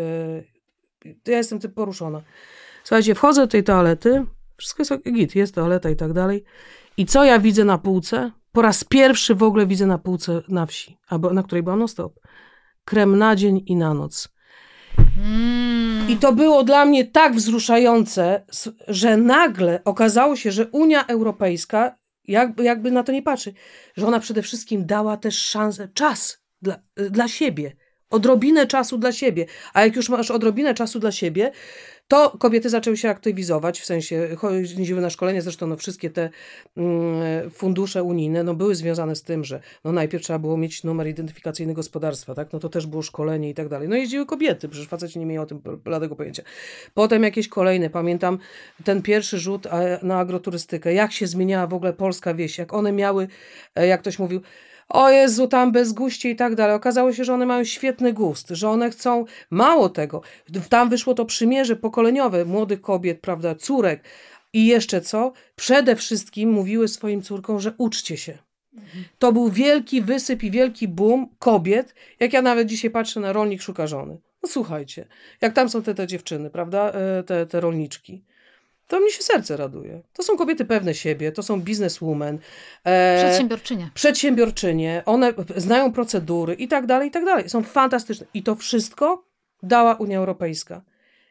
Ja jestem tym poruszona. Słuchajcie, wchodzę do tej toalety, wszystko jest git, jest toaleta i tak dalej. I co ja widzę na półce? Po raz pierwszy w ogóle widzę na półce na wsi, albo na której byłam non-stop. Krem na dzień i na noc. I to było dla mnie tak wzruszające, że nagle okazało się, że Unia Europejska, jakby na to nie patrzy, że ona przede wszystkim dała też szansę, czas dla siebie. Odrobinę czasu dla siebie. A jak już masz odrobinę czasu dla siebie, to kobiety zaczęły się aktywizować, w sensie chodziły na szkolenia, zresztą no wszystkie te fundusze unijne no były związane z tym, że no najpierw trzeba było mieć numer identyfikacyjny gospodarstwa, tak? No to też było szkolenie i tak dalej. No jeździły kobiety, przecież faceci nie mieli o tym bladego pojęcia. Potem jakieś kolejne, pamiętam ten pierwszy rzut na agroturystykę, jak się zmieniała w ogóle polska wieś, jak one miały, jak ktoś mówił, o Jezu, tam bezguście i tak dalej. Okazało się, że one mają świetny gust, że one chcą, mało tego, tam wyszło to przymierze pokoleniowe młodych kobiet, prawda, córek i jeszcze co? Przede wszystkim mówiły swoim córkom, że uczcie się. To był wielki wysyp i wielki boom kobiet, jak ja nawet dzisiaj patrzę na rolnik szuka żony. No słuchajcie, jak tam są te dziewczyny, prawda, te rolniczki. To mi się serce raduje. To są kobiety pewne siebie, to są bizneswomen. Przedsiębiorczynie. One znają procedury i tak dalej, i tak dalej. Są fantastyczne. I to wszystko dała Unia Europejska.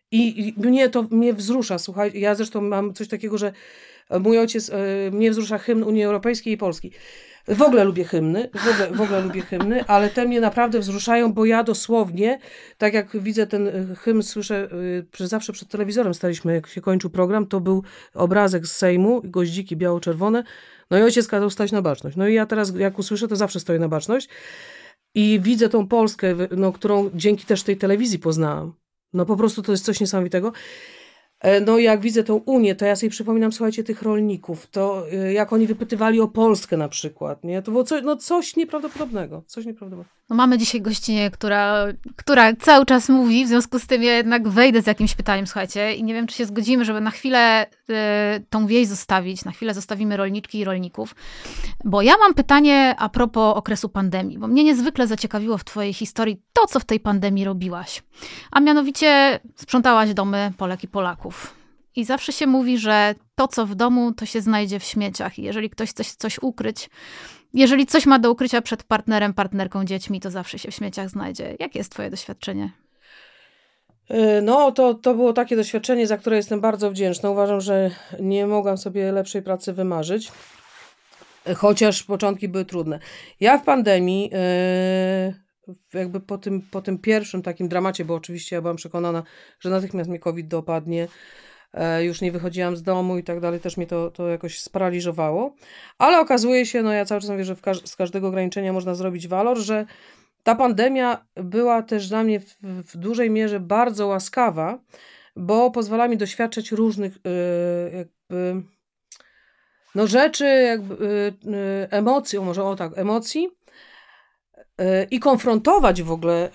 I mnie wzrusza, słuchaj, ja zresztą mam coś takiego, że mój ojciec, mnie wzrusza hymn Unii Europejskiej i Polski. W ogóle lubię hymny, w ogóle lubię hymny, ale te mnie naprawdę wzruszają, bo ja dosłownie, tak jak widzę ten hymn, słyszę, zawsze przed telewizorem staliśmy, jak się kończył program, to był obrazek z Sejmu, goździki biało-czerwone, no i ojciec kazał stać na baczność. No i ja teraz, jak usłyszę, to zawsze stoję na baczność i widzę tą Polskę, no, którą dzięki też tej telewizji poznałam. No po prostu to jest coś niesamowitego. No jak widzę tą Unię, to ja sobie przypominam, słuchajcie, tych rolników, to jak oni wypytywali o Polskę na przykład, nie? To było coś nieprawdopodobnego, No mamy dzisiaj gościnię, która cały czas mówi, w związku z tym ja jednak wejdę z jakimś pytaniem, słuchajcie, i nie wiem, czy się zgodzimy, żeby na chwilę tą wieś zostawić, na chwilę zostawimy rolniczki i rolników, bo ja mam pytanie a propos okresu pandemii, bo mnie niezwykle zaciekawiło w twojej historii to, co w tej pandemii robiłaś, a mianowicie sprzątałaś domy Polek i Polaków. I zawsze się mówi, że to, co w domu, to się znajdzie w śmieciach. I jeżeli ktoś chce coś ukryć, jeżeli coś ma do ukrycia przed partnerem, partnerką, dziećmi, to zawsze się w śmieciach znajdzie. Jakie jest twoje doświadczenie? No, to było takie doświadczenie, za które jestem bardzo wdzięczna. Uważam, że nie mogłam sobie lepszej pracy wymarzyć, chociaż początki były trudne. Ja w pandemii, jakby po tym pierwszym takim dramacie, bo oczywiście ja byłam przekonana, że natychmiast mnie COVID dopadnie, już nie wychodziłam z domu i tak dalej, też mnie to jakoś sparaliżowało, ale okazuje się, no ja cały czas mówię, że z każdego ograniczenia można zrobić walor, że ta pandemia była też dla mnie w dużej mierze bardzo łaskawa, bo pozwala mi doświadczać różnych jakby no rzeczy, jakby emocji, może o tak, emocji, i konfrontować w ogóle,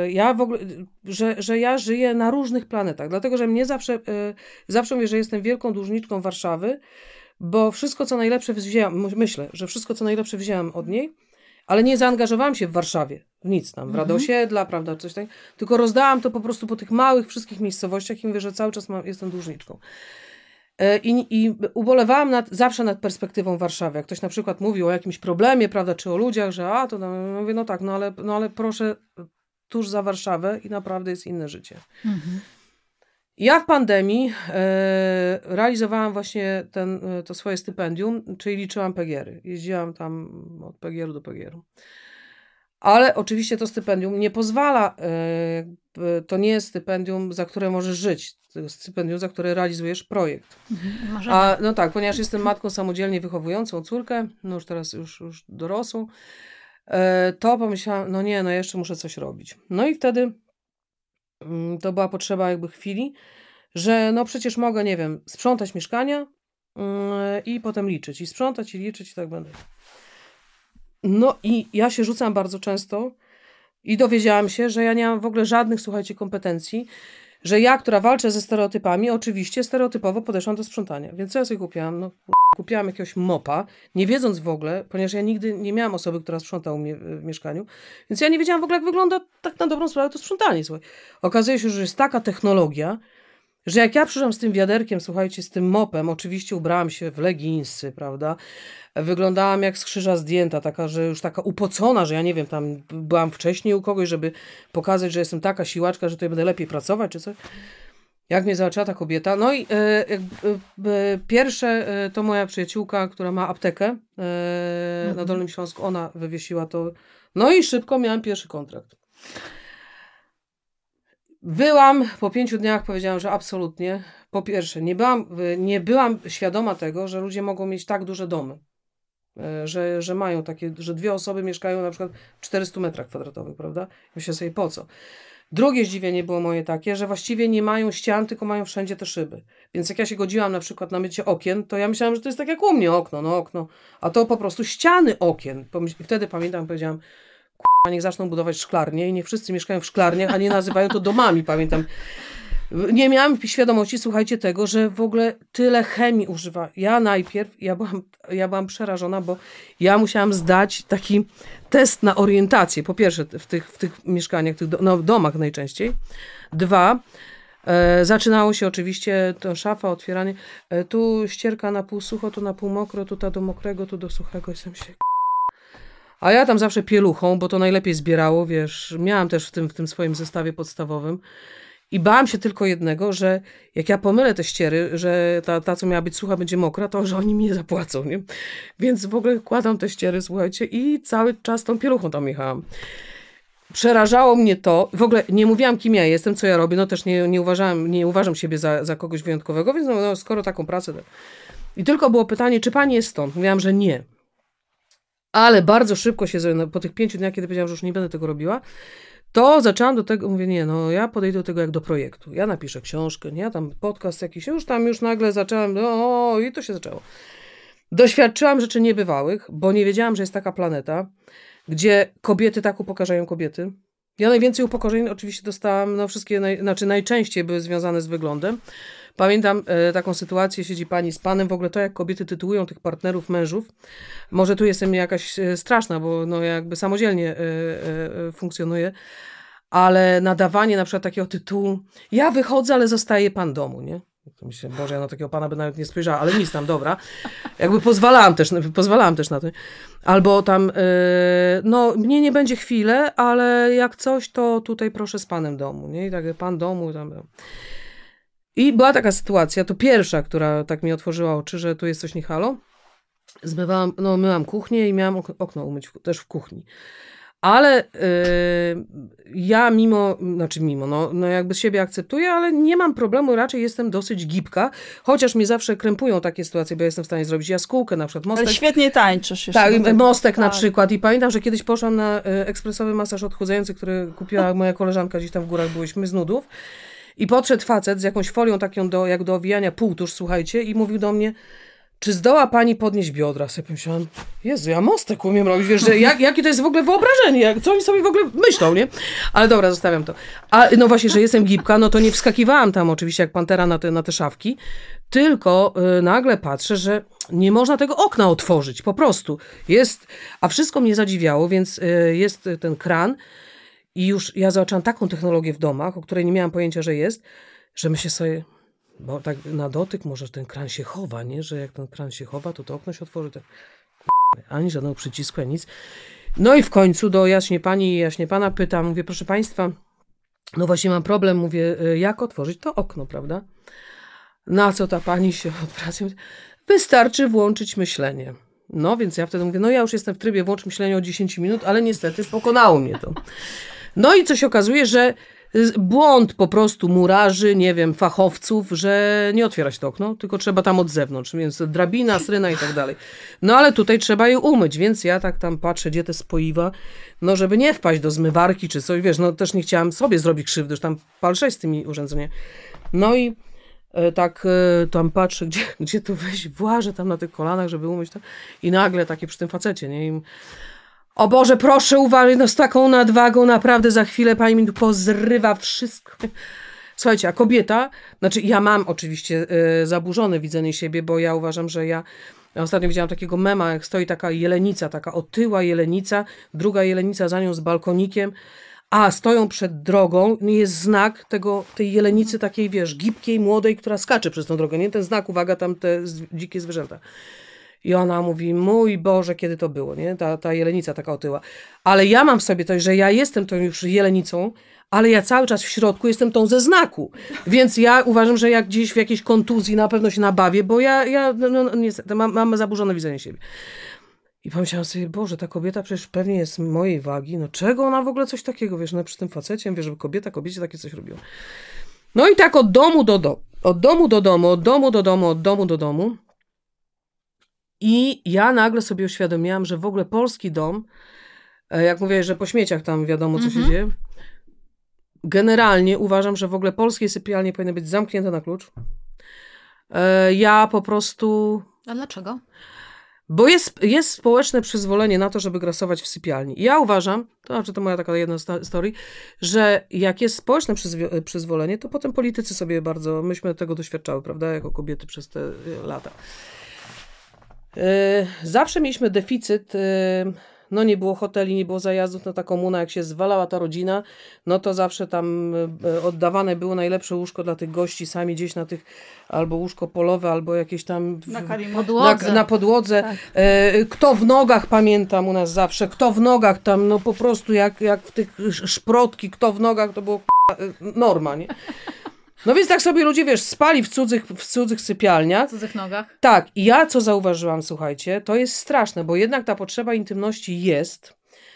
że ja żyję na różnych planetach. Dlatego, że mnie zawsze mówię, że jestem wielką dłużniczką Warszawy, bo wszystko, co najlepsze wzięłam, myślę, że wszystko, co najlepsze wzięłam od niej, ale nie zaangażowałam się w Warszawie, w nic tam, w Radosiedla, prawda, coś takiego, tylko rozdałam to po prostu po tych małych wszystkich miejscowościach i mówię, że cały czas jestem dłużniczką. I ubolewałam zawsze nad perspektywą Warszawy. Jak ktoś na przykład mówił o jakimś problemie, prawda, czy o ludziach, że to mówię, no tak, no ale proszę tuż za Warszawę i naprawdę jest inne życie. Mhm. Ja w pandemii realizowałam właśnie to swoje stypendium, czyli liczyłam PGR-y. Jeździłam tam od PGR-u do PGR-u. Ale oczywiście to stypendium nie pozwala, to nie jest stypendium, za które możesz żyć. To jest stypendium, za które realizujesz projekt. No tak, ponieważ jestem matką samodzielnie wychowującą córkę, no już teraz już dorosłą, to pomyślałam, no jeszcze muszę coś robić. No i wtedy to była potrzeba jakby chwili, że no przecież mogę, nie wiem, sprzątać mieszkania i potem liczyć. I sprzątać, i liczyć, i tak będę. No i ja się rzucam bardzo często i dowiedziałam się, że ja nie mam w ogóle żadnych, słuchajcie, kompetencji, że ja, która walczę ze stereotypami, oczywiście stereotypowo podeszłam do sprzątania. Więc co ja sobie kupiłam? No, kupiłam jakiegoś mopa, nie wiedząc w ogóle, ponieważ ja nigdy nie miałam osoby, która sprząta u mnie w mieszkaniu, więc ja nie wiedziałam w ogóle, jak wygląda tak na dobrą sprawę to sprzątanie. Słuchaj. Okazuje się, że jest taka technologia, że jak ja przyszłam z tym wiaderkiem, słuchajcie, z tym mopem, oczywiście ubrałam się w leginsy, prawda, wyglądałam jak z krzyża zdjęta, taka, że już taka upocona, że ja nie wiem, tam byłam wcześniej u kogoś, żeby pokazać, że jestem taka siłaczka, że tutaj będę lepiej pracować, czy coś. Jak mnie zobaczyła ta kobieta. No i pierwsze to moja przyjaciółka, która ma aptekę na Dolnym Śląsku, ona wywiesiła to. No i szybko miałam pierwszy kontrakt. Po 5 dniach powiedziałam, że absolutnie. Po pierwsze, nie byłam świadoma tego, że ludzie mogą mieć tak duże domy. Że mają takie, że 2 osoby mieszkają na przykład w 400 metrach kwadratowych, prawda? Myślę sobie, po co? Drugie zdziwienie było moje takie, że właściwie nie mają ścian, tylko mają wszędzie te szyby. Więc jak ja się godziłam na przykład na mycie okien, to ja myślałam, że to jest tak jak u mnie okno, a to po prostu ściany okien. I wtedy pamiętam, powiedziałam, niech zaczną budować szklarnie i niech wszyscy mieszkają w szklarniach, a nie nazywają to domami, pamiętam. Nie miałam świadomości, słuchajcie, tego, że w ogóle tyle chemii używa. Ja byłam przerażona, bo ja musiałam zdać taki test na orientację. Po pierwsze, w tych mieszkaniach, w domach najczęściej. 2, zaczynało się oczywiście to szafa, otwieranie. Tu ścierka na pół sucho, tu na pół mokro, tu do mokrego, tu do suchego. Jestem się... A ja tam zawsze pieluchą, bo to najlepiej zbierało, wiesz. Miałam też w tym swoim zestawie podstawowym. I bałam się tylko jednego, że jak ja pomylę te ściery, że ta co miała być sucha, będzie mokra, to że oni mi nie zapłacą, nie? Więc w ogóle kładam te ściery, słuchajcie, i cały czas tą pieluchą tam jechałam. Przerażało mnie to, w ogóle nie mówiłam, kim ja jestem, co ja robię, no też nie uważam siebie za kogoś wyjątkowego, więc no, skoro taką pracę... I tylko było pytanie, czy pani jest stąd? Mówiłam, że nie. Ale bardzo szybko się, po tych 5 dniach, kiedy powiedziałam, że już nie będę tego robiła, to zaczęłam do tego, mówię, nie, no ja podejdę do tego jak do projektu. Ja napiszę książkę, nie, tam podcast jakiś, już nagle zaczęłam, i to się zaczęło. Doświadczyłam rzeczy niebywałych, bo nie wiedziałam, że jest taka planeta, gdzie kobiety tak upokarzają kobiety. Ja najwięcej upokorzeń oczywiście dostałam, no wszystkie, najczęściej były związane z wyglądem. Pamiętam taką sytuację, siedzi pani z panem, w ogóle to jak kobiety tytułują tych partnerów, mężów. Może tu jestem jakaś straszna, bo no jakby samodzielnie funkcjonuję, ale nadawanie na przykład takiego tytułu, ja wychodzę, ale zostaje pan domu, nie? To myślę, Boże, ja na takiego pana by nawet nie spojrzała, ale nic tam, dobra. Jakby pozwalałam też na to. Albo tam, no mnie nie będzie chwilę, ale jak coś, to tutaj proszę z panem domu, nie? I tak pan domu tam... I była taka sytuacja, to pierwsza, która tak mi otworzyła oczy, że tu jest coś nie halo. Myłam kuchnię i miałam okno umyć też w kuchni. Ale ja no jakby siebie akceptuję, ale nie mam problemu, raczej jestem dosyć gibka, chociaż mnie zawsze krępują takie sytuacje, bo jestem w stanie zrobić jaskółkę, na przykład mostek. Ale świetnie tańczysz jeszcze. Tak, mostek na przykład. I pamiętam, że kiedyś poszłam na ekspresowy masaż odchudzający, który kupiła moja koleżanka, gdzieś tam w górach byłyśmy z nudów. I podszedł facet z jakąś folią taką jak do owijania półtusz, słuchajcie, i mówił do mnie, czy zdoła pani podnieść biodra? Sobie pomyślałam, Jezu, ja mostek umiem robić, wiesz, że jakie to jest w ogóle wyobrażenie, co oni sobie w ogóle myślą, nie? Ale dobra, zostawiam to. A no właśnie, że jestem gibka, no to nie wskakiwałam tam oczywiście jak pantera na te szafki, tylko nagle patrzę, że nie można tego okna otworzyć, po prostu. A wszystko mnie zadziwiało, więc jest ten kran, i już ja zobaczyłam taką technologię w domach, o której nie miałam pojęcia, że jest, że myślę sobie, bo tak na dotyk może ten kran się chowa, nie? Że jak ten kran się chowa, to okno się otworzy. Tak, ani żadnego przycisku, ani nic. No i w końcu do jaśnie pani i jaśnie pana pytam, mówię, proszę państwa, no właśnie mam problem, mówię, jak otworzyć to okno, prawda? Na co ta pani się odwraca? Wystarczy włączyć myślenie. No więc ja wtedy mówię, no ja już jestem w trybie włącz myślenie o 10 minut, ale niestety pokonało mnie to. No i co się okazuje, że błąd po prostu murarzy, nie wiem, fachowców, że nie otwierać to okno, tylko trzeba tam od zewnątrz, więc drabina, sryna i tak dalej. No ale tutaj trzeba je umyć, więc ja tak tam patrzę, gdzie te spoiwa, no żeby nie wpaść do zmywarki czy coś, wiesz, no też nie chciałam sobie zrobić krzywdy, już tam palszę z tymi urządzeniami. No i tak tam patrzę, gdzie tu wejść, włażę tam na tych kolanach, żeby umyć to. I nagle takie przy tym facecie, nie? I, o Boże, proszę uważać, no z taką nadwagą naprawdę za chwilę pani mi tu pozrywa wszystko. Słuchajcie, a kobieta, znaczy ja mam oczywiście zaburzone widzenie siebie, bo ja uważam, że ja ostatnio widziałam takiego mema, jak stoi taka jelenica, taka otyła jelenica, druga jelenica za nią z balkonikiem, a stoją przed drogą, jest znak tej jelenicy takiej, wiesz, gibkiej, młodej, która skacze przez tą drogę, nie? Ten znak, uwaga, tam te dzikie zwierzęta. I ona mówi, mój Boże, kiedy to było, nie? Ta jelenica taka otyła. Ale ja mam w sobie to, że ja jestem tą już jelenicą, ale ja cały czas w środku jestem tą ze znaku. Więc ja uważam, że jak gdzieś w jakiejś kontuzji na pewno się nabawię, bo ja niestety mam zaburzone widzenie siebie. I pomyślałam sobie, Boże, ta kobieta przecież pewnie jest mojej wagi, no czego ona w ogóle coś takiego, wiesz, no przy tym facecie, wiesz, żeby kobiecie takie coś robiła. No i tak od domu do domu. I ja nagle sobie uświadomiłam, że w ogóle polski dom, jak mówię, że po śmieciach tam wiadomo, co się dzieje, generalnie uważam, że w ogóle polskie sypialnie powinny być zamknięte na klucz. Ja po prostu... A dlaczego? Bo jest społeczne przyzwolenie na to, żeby grasować w sypialni. I ja uważam, to znaczy to moja taka jedna story, że jak jest społeczne przyzwolenie, to potem politycy sobie bardzo, myśmy tego doświadczały, prawda, jako kobiety przez te lata. Zawsze mieliśmy deficyt, no nie było hoteli, nie było zajazdów na ta komuna, jak się zwalała ta rodzina, no to zawsze tam oddawane było najlepsze łóżko dla tych gości, sami gdzieś na tych, albo łóżko polowe, albo jakieś tam na podłodze. Tak. Kto w nogach, pamiętam u nas zawsze, kto w nogach tam, no po prostu jak w tych szprotki, kto w nogach, to było norma, nie? No więc tak sobie ludzie, wiesz, spali w cudzych sypialniach. W cudzych nogach. Tak, i ja co zauważyłam, słuchajcie, to jest straszne, bo jednak ta potrzeba intymności jest.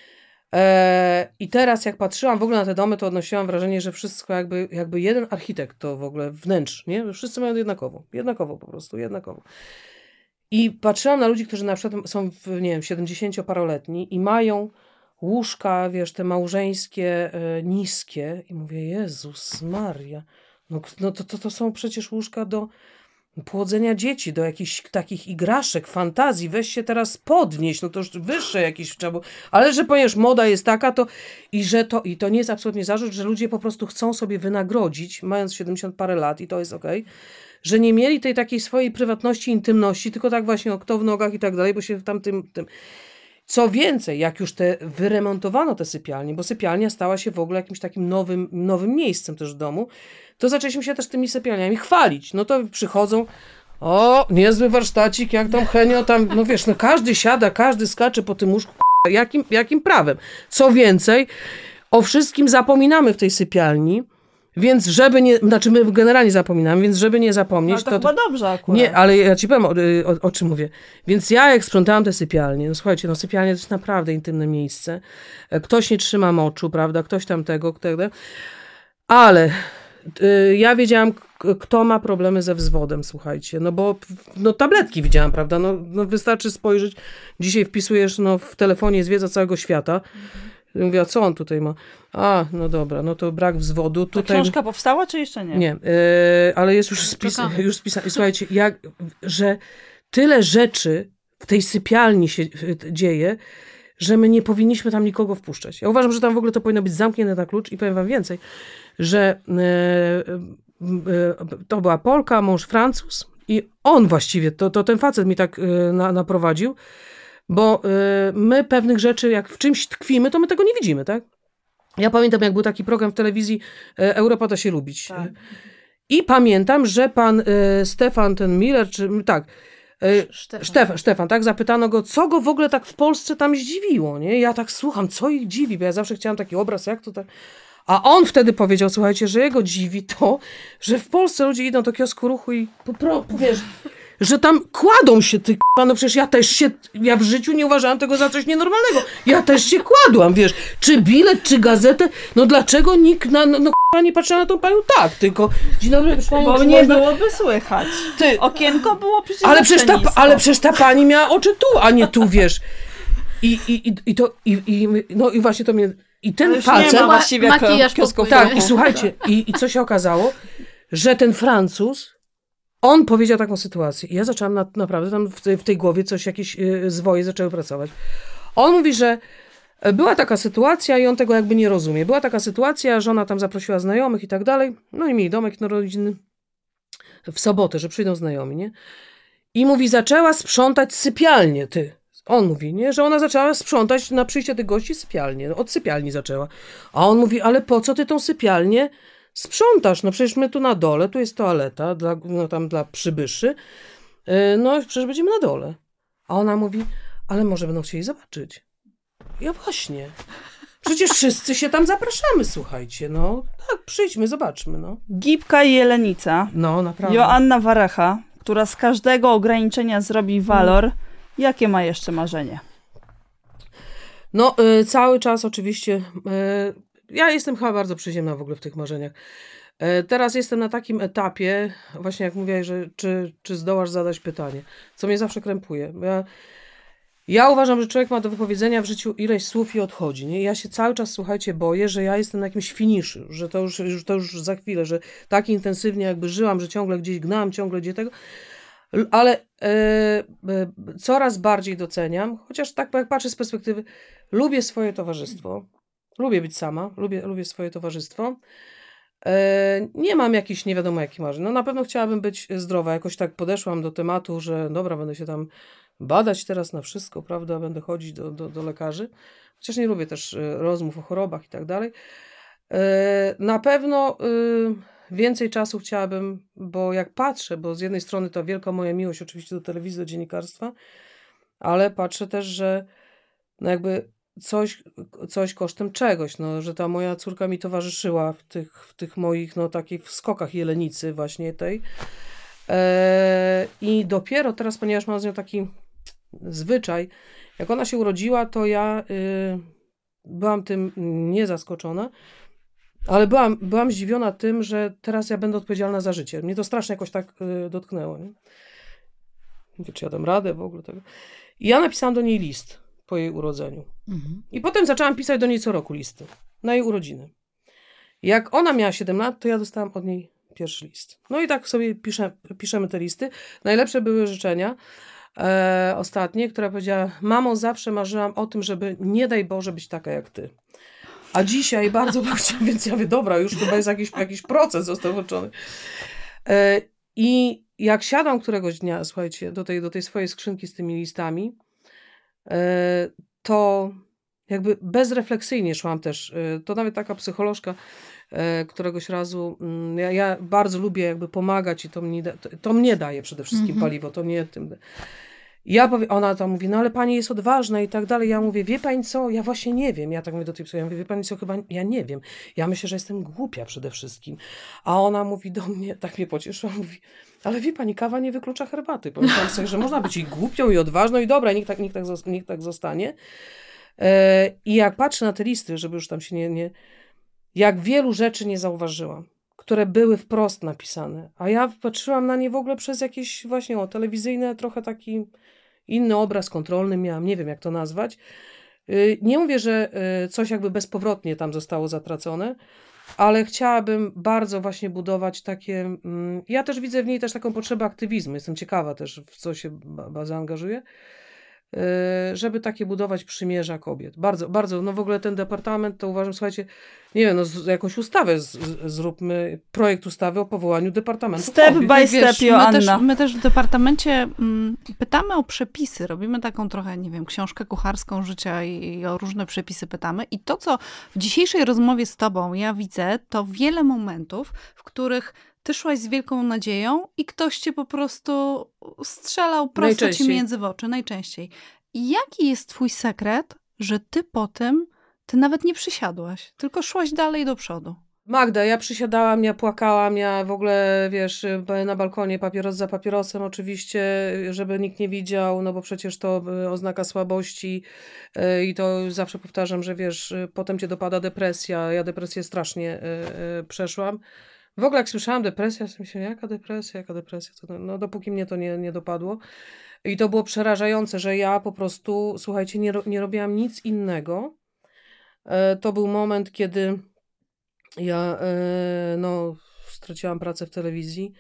I teraz jak patrzyłam w ogóle na te domy, to odnosiłam wrażenie, że wszystko jakby jeden architekt to w ogóle wnętrz, nie? Wszyscy mają jednakowo po prostu, jednakowo. I patrzyłam na ludzi, którzy na przykład są, nie wiem, 70-paroletni i mają łóżka, wiesz, te małżeńskie, niskie i mówię, Jezus Maria, no to są przecież łóżka do płodzenia dzieci, do jakichś takich igraszek, fantazji, weź się teraz podnieść, no to już wyższe jakieś trzeba, ale że ponieważ moda jest taka, i to nie jest absolutnie zarzut, że ludzie po prostu chcą sobie wynagrodzić, mając 70 parę lat i to jest okej, że nie mieli tej takiej swojej prywatności, intymności, tylko tak właśnie kto w nogach i tak dalej, bo się w tamtym... Co więcej, jak już wyremontowano te sypialnie, bo sypialnia stała się w ogóle jakimś takim nowym miejscem też w domu, to zaczęliśmy się też tymi sypialniami chwalić. No to przychodzą, niezły warsztacik, jak tam Henio, tam, no wiesz, no każdy siada, każdy skacze po tym łóżku, jakim prawem? Co więcej, o wszystkim zapominamy w tej sypialni, więc my generalnie zapominamy, więc żeby nie zapomnieć... No to chyba dobrze akurat. Nie, ale ja ci powiem, o czym mówię. Więc ja jak sprzątałam te sypialnie, no słuchajcie, sypialnie to jest naprawdę intymne miejsce. Ktoś nie trzyma moczu, prawda, ktoś tam tego, ale ja wiedziałam, kto ma problemy ze wzwodem, słuchajcie, no bo tabletki widziałam, prawda, no wystarczy spojrzeć, dzisiaj wpisujesz, w telefonie jest wiedza całego świata. Mówię, a co on tutaj ma? No dobra, no to brak wzwodu. Ta książka powstała, czy jeszcze nie? Nie, ale jest już spisane. Słuchajcie, że tyle rzeczy w tej sypialni się dzieje, że my nie powinniśmy tam nikogo wpuszczać. Ja uważam, że tam w ogóle to powinno być zamknięte na klucz i powiem wam więcej, że to była Polka, mąż Francuz i on właściwie, to ten facet mi tak naprowadził, bo my pewnych rzeczy, jak w czymś tkwimy, to my tego nie widzimy, tak? Ja pamiętam, jak był taki program w telewizji Europa da się lubić. Tak. I pamiętam, że pan Stefan ten Miller, Stefan, tak? Zapytano go, co go w ogóle tak w Polsce tam zdziwiło, nie? Ja tak słucham, co ich dziwi, bo ja zawsze chciałam taki obraz, jak to tak... A on wtedy powiedział, słuchajcie, że jego dziwi to, że w Polsce ludzie idą do kiosku ruchu i wiesz... że tam kładą się, no przecież ja w życiu nie uważałam tego za coś nienormalnego. Ja też się kładłam, wiesz, czy bilet, czy gazetę, no dlaczego nikt nie patrzył na tą panią tak, tylko dzień dobry, panią, bo nie byłoby słychać. Okienko było przecież ale przecież ta pani miała oczy tu, a nie tu, wiesz. I właśnie to mnie... I ten facet... Makijaż kiosków. Tak, i słuchajcie, i co się okazało, że ten Francuz, on powiedział taką sytuację i ja zaczęłam naprawdę tam w tej głowie jakieś zwoje zaczęły pracować. On mówi, że była taka sytuacja i on tego jakby nie rozumie. Była taka sytuacja, żona tam zaprosiła znajomych i tak dalej, no i mieli domek rodzinny w sobotę, że przyjdą znajomi, nie? I mówi, zaczęła sprzątać sypialnię, On mówi, nie, że ona zaczęła sprzątać na przyjście tych gości sypialnię. Od sypialni zaczęła. A on mówi, ale po co ty tą sypialnię sprzątasz? No przecież my tu na dole, tu jest toaleta dla przybyszy. No przecież będziemy na dole. A ona mówi, ale może będą chcieli zobaczyć. Ja właśnie. Przecież wszyscy się tam zapraszamy, słuchajcie. No tak, przyjdźmy, zobaczmy. No. Gipka i Jelenica. No, naprawdę. Joanna Warecha, która z każdego ograniczenia zrobi walor. Jakie ma jeszcze marzenie? No, cały czas oczywiście... Ja jestem chyba bardzo przyziemna w ogóle w tych marzeniach. Teraz jestem na takim etapie, właśnie jak mówiłaś, że czy zdołasz zadać pytanie, co mnie zawsze krępuje. Ja uważam, że człowiek ma do wypowiedzenia w życiu ileś słów i odchodzi. Nie? Ja się cały czas, słuchajcie, boję, że ja jestem na jakimś finiszu, że to już za chwilę, że tak intensywnie jakby żyłam, że ciągle gdzieś gnałam, ciągle gdzie tego... Ale coraz bardziej doceniam, chociaż tak jak patrzę z perspektywy, lubię swoje towarzystwo, lubię być sama, lubię swoje towarzystwo. Nie mam jakichś nie wiadomo jakich marzeń. No na pewno chciałabym być zdrowa. Jakoś tak podeszłam do tematu, że dobra, będę się tam badać teraz na wszystko, prawda, będę chodzić do lekarzy. Chociaż nie lubię też rozmów o chorobach i tak dalej. Na pewno... Więcej czasu chciałabym, bo jak patrzę, bo z jednej strony to wielka moja miłość oczywiście do telewizji, do dziennikarstwa, ale patrzę też, że no jakby coś kosztem czegoś, no, że ta moja córka mi towarzyszyła w tych moich, no, takich skokach jelenicy właśnie tej. I dopiero teraz, ponieważ mam z nią taki zwyczaj, jak ona się urodziła, to ja byłam tym nie zaskoczona, ale byłam zdziwiona tym, że teraz ja będę odpowiedzialna za życie. Mnie to strasznie jakoś tak dotknęło. Nie? Mówię, czy ja dam radę w ogóle tego. I ja napisałam do niej list po jej urodzeniu. I potem zaczęłam pisać do niej co roku listy na jej urodziny. Jak ona miała 7 lat, to ja dostałam od niej pierwszy list. No i tak sobie piszemy te listy. Najlepsze były życzenia ostatnie, która powiedziała: mamo, zawsze marzyłam o tym, żeby nie daj Boże być taka jak ty. A dzisiaj bardzo bym chciała, więc ja mówię, dobra, już chyba jest jakiś proces został włączony. I jak siadam któregoś dnia, słuchajcie, do tej swojej skrzynki z tymi listami, to jakby bezrefleksyjnie szłam też. To nawet taka psycholożka któregoś razu, ja bardzo lubię jakby pomagać i to mnie daje przede wszystkim paliwo, to nie tym. Ona tam mówi, no ale pani jest odważna i tak dalej. Ja mówię, wie pani co, ja właśnie nie wiem. Ja tak mówię do tej psy, ja mówię, wie pani co, chyba ja nie wiem. Ja myślę, że jestem głupia przede wszystkim. A ona mówi do mnie, tak mnie pocieszyła, mówi, ale wie pani, kawa nie wyklucza herbaty. Pomyślałam sobie, że można być i głupią, i odważną, i dobra, nikt tak zostanie. I jak patrzę na te listy, żeby już tam się jak wielu rzeczy nie zauważyłam, które były wprost napisane, a ja patrzyłam na nie w ogóle przez jakieś właśnie telewizyjne, trochę taki inny obraz kontrolny miałam, nie wiem jak to nazwać. Nie mówię, że coś jakby bezpowrotnie tam zostało zatracone, ale chciałabym bardzo właśnie budować takie, ja też widzę w niej też taką potrzebę aktywizmu, jestem ciekawa też, w co się zaangażuję, żeby takie budować przymierza kobiet. Bardzo, bardzo, no w ogóle ten departament, to uważam, słuchajcie, nie wiem, no jakąś ustawę zróbmy, projekt ustawy o powołaniu departamentu step kobiet. by step, Joanna. My też w departamencie pytamy o przepisy, robimy taką trochę, nie wiem, książkę kucharską życia i o różne przepisy pytamy. I to, co w dzisiejszej rozmowie z tobą ja widzę, to wiele momentów, w których ty szłaś z wielką nadzieją i ktoś cię po prostu strzelał prosto ci między w oczy, najczęściej. I jaki jest twój sekret, że ty potem, ty nawet nie przysiadłaś, tylko szłaś dalej do przodu? Magda, ja przysiadałam, ja płakałam, ja w ogóle, wiesz, na balkonie papieros za papierosem oczywiście, żeby nikt nie widział, no bo przecież to oznaka słabości i to zawsze powtarzam, że wiesz, potem cię dopada depresja, ja depresję strasznie przeszłam. W ogóle jak słyszałam depresja, to myślałam, jaka depresja, no dopóki mnie to nie dopadło. I to było przerażające, że ja po prostu, słuchajcie, nie robiłam nic innego. To był moment, kiedy ja straciłam pracę w telewizji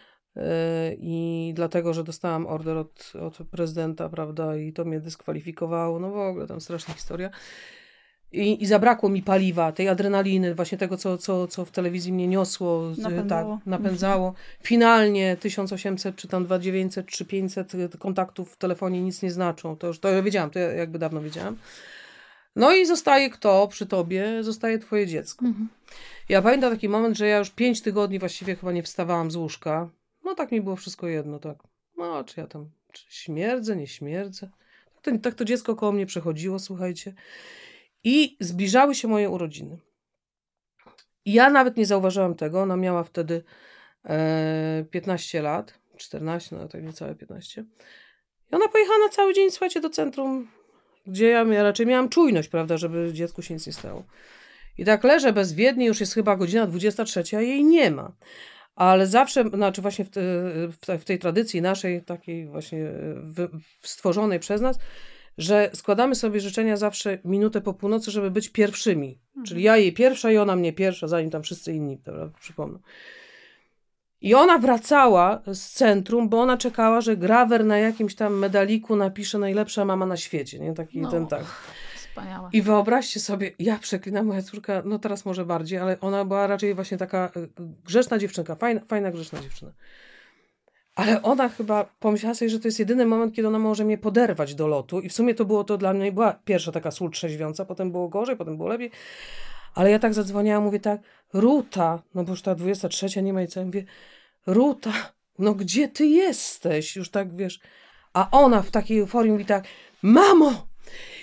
i dlatego, że dostałam order od prezydenta, prawda, i to mnie dyskwalifikowało, no w ogóle tam straszna historia. I zabrakło mi paliwa, tej adrenaliny, właśnie tego, co w telewizji mnie niosło, napędzało. Finalnie 1800, czy tam 2900, czy 500 kontaktów w telefonie nic nie znaczą. To ja wiedziałam, to ja jakby dawno wiedziałam. No i zostaje kto przy tobie? Zostaje twoje dziecko. Ja pamiętam taki moment, że ja już 5 tygodni właściwie chyba nie wstawałam z łóżka. No tak mi było wszystko jedno, tak. No, czy ja tam śmierdzę, nie śmierdzę. Tak to dziecko koło mnie przechodziło, słuchajcie. I zbliżały się moje urodziny. Ja nawet nie zauważyłam tego. Ona miała wtedy 15 lat, 14, no tak niecałe 15. I ona pojechała na cały dzień, słuchajcie, do centrum, gdzie ja raczej miałam czujność, prawda, żeby dziecku się nic nie stało. I tak leżę bezwiednie, już jest chyba godzina 23, a jej nie ma. Ale zawsze, znaczy właśnie w tej tradycji naszej, takiej właśnie stworzonej przez nas, że składamy sobie życzenia zawsze minutę po północy, żeby być pierwszymi. Czyli ja jej pierwsza i ona mnie pierwsza, zanim tam wszyscy inni, dobra, przypomnę. I ona wracała z centrum, bo ona czekała, że grawer na jakimś tam medaliku napisze najlepsza mama na świecie. Nie? Tak. Wspaniałe. I wyobraźcie sobie, ja przeklinam, moja córka, no teraz może bardziej, ale ona była raczej właśnie taka grzeczna dziewczynka, fajna grzeczna dziewczyna. Ale ona chyba pomyślała sobie, że to jest jedyny moment, kiedy ona może mnie poderwać do lotu. I w sumie to dla mnie była pierwsza taka sól trzeźwiąca, potem było gorzej, potem było lepiej. Ale ja tak zadzwoniłam, mówię tak, Ruta, no bo już ta 23 nie ma i co, ja mówię, Ruta, no gdzie ty jesteś? Już tak, wiesz. A ona w takiej euforii mówi tak, mamo,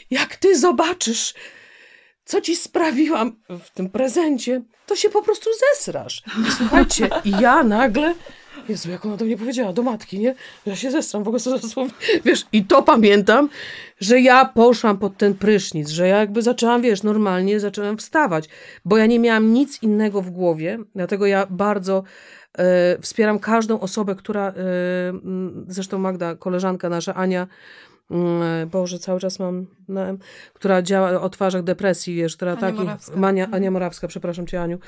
jak ty zobaczysz, co ci sprawiłam w tym prezencie, to się po prostu zesrasz. I słuchajcie, i ja nagle, Jezu, jak ona do mnie powiedziała, do matki, nie? Ja się zestram, w ogóle co dosłownie, wiesz, i to pamiętam, że ja poszłam pod ten prysznic, że ja jakby zaczęłam, wiesz, normalnie zaczęłam wstawać, bo ja nie miałam nic innego w głowie, dlatego ja bardzo wspieram każdą osobę, która, zresztą Magda, koleżanka nasza, Ania, Boże, cały czas mam, która działa o twarzach depresji, wiesz, która Ania Morawska, przepraszam cię, Aniu.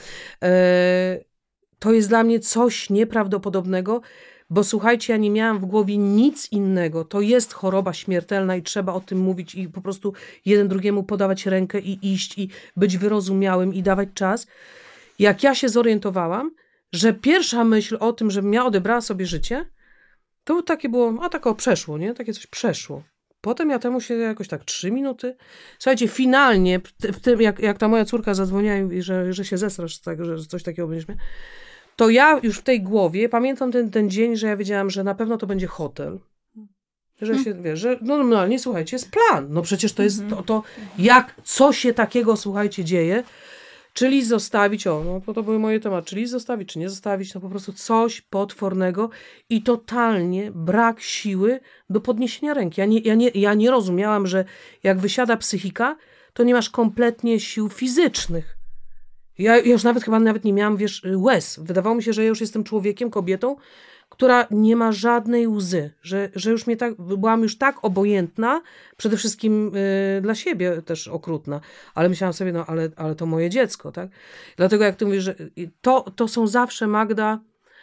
To jest dla mnie coś nieprawdopodobnego, bo słuchajcie, ja nie miałam w głowie nic innego. To jest choroba śmiertelna i trzeba o tym mówić i po prostu jeden drugiemu podawać rękę i iść i być wyrozumiałym i dawać czas. Jak ja się zorientowałam, że pierwsza myśl o tym, żebym ja odebrała sobie życie, to takie było, przeszło, nie? Takie coś przeszło. Potem ja temu się jakoś tak 3 minuty. Słuchajcie, finalnie, w tym, jak ta moja córka zadzwoniła i że się zesrasz z tego, że coś takiego będziesz miał, to ja już w tej głowie pamiętam ten dzień, że ja wiedziałam, że na pewno to będzie hotel. Że się, wiesz, że normalnie, słuchajcie, jest plan. No przecież to jest co się takiego, słuchajcie, dzieje. Czyli zostawić, to były moje tematy, czyli zostawić, czy nie zostawić, no po prostu coś potwornego i totalnie brak siły do podniesienia ręki. Ja nie rozumiałam, że jak wysiada psychika, to nie masz kompletnie sił fizycznych. Ja już chyba nie miałam, wiesz, łez. Wydawało mi się, że ja już jestem człowiekiem, kobietą, która nie ma żadnej łzy, że już byłam już tak obojętna, przede wszystkim dla siebie też okrutna, ale myślałam sobie, ale to moje dziecko, tak? Dlatego jak ty mówisz, że to są zawsze, Magda,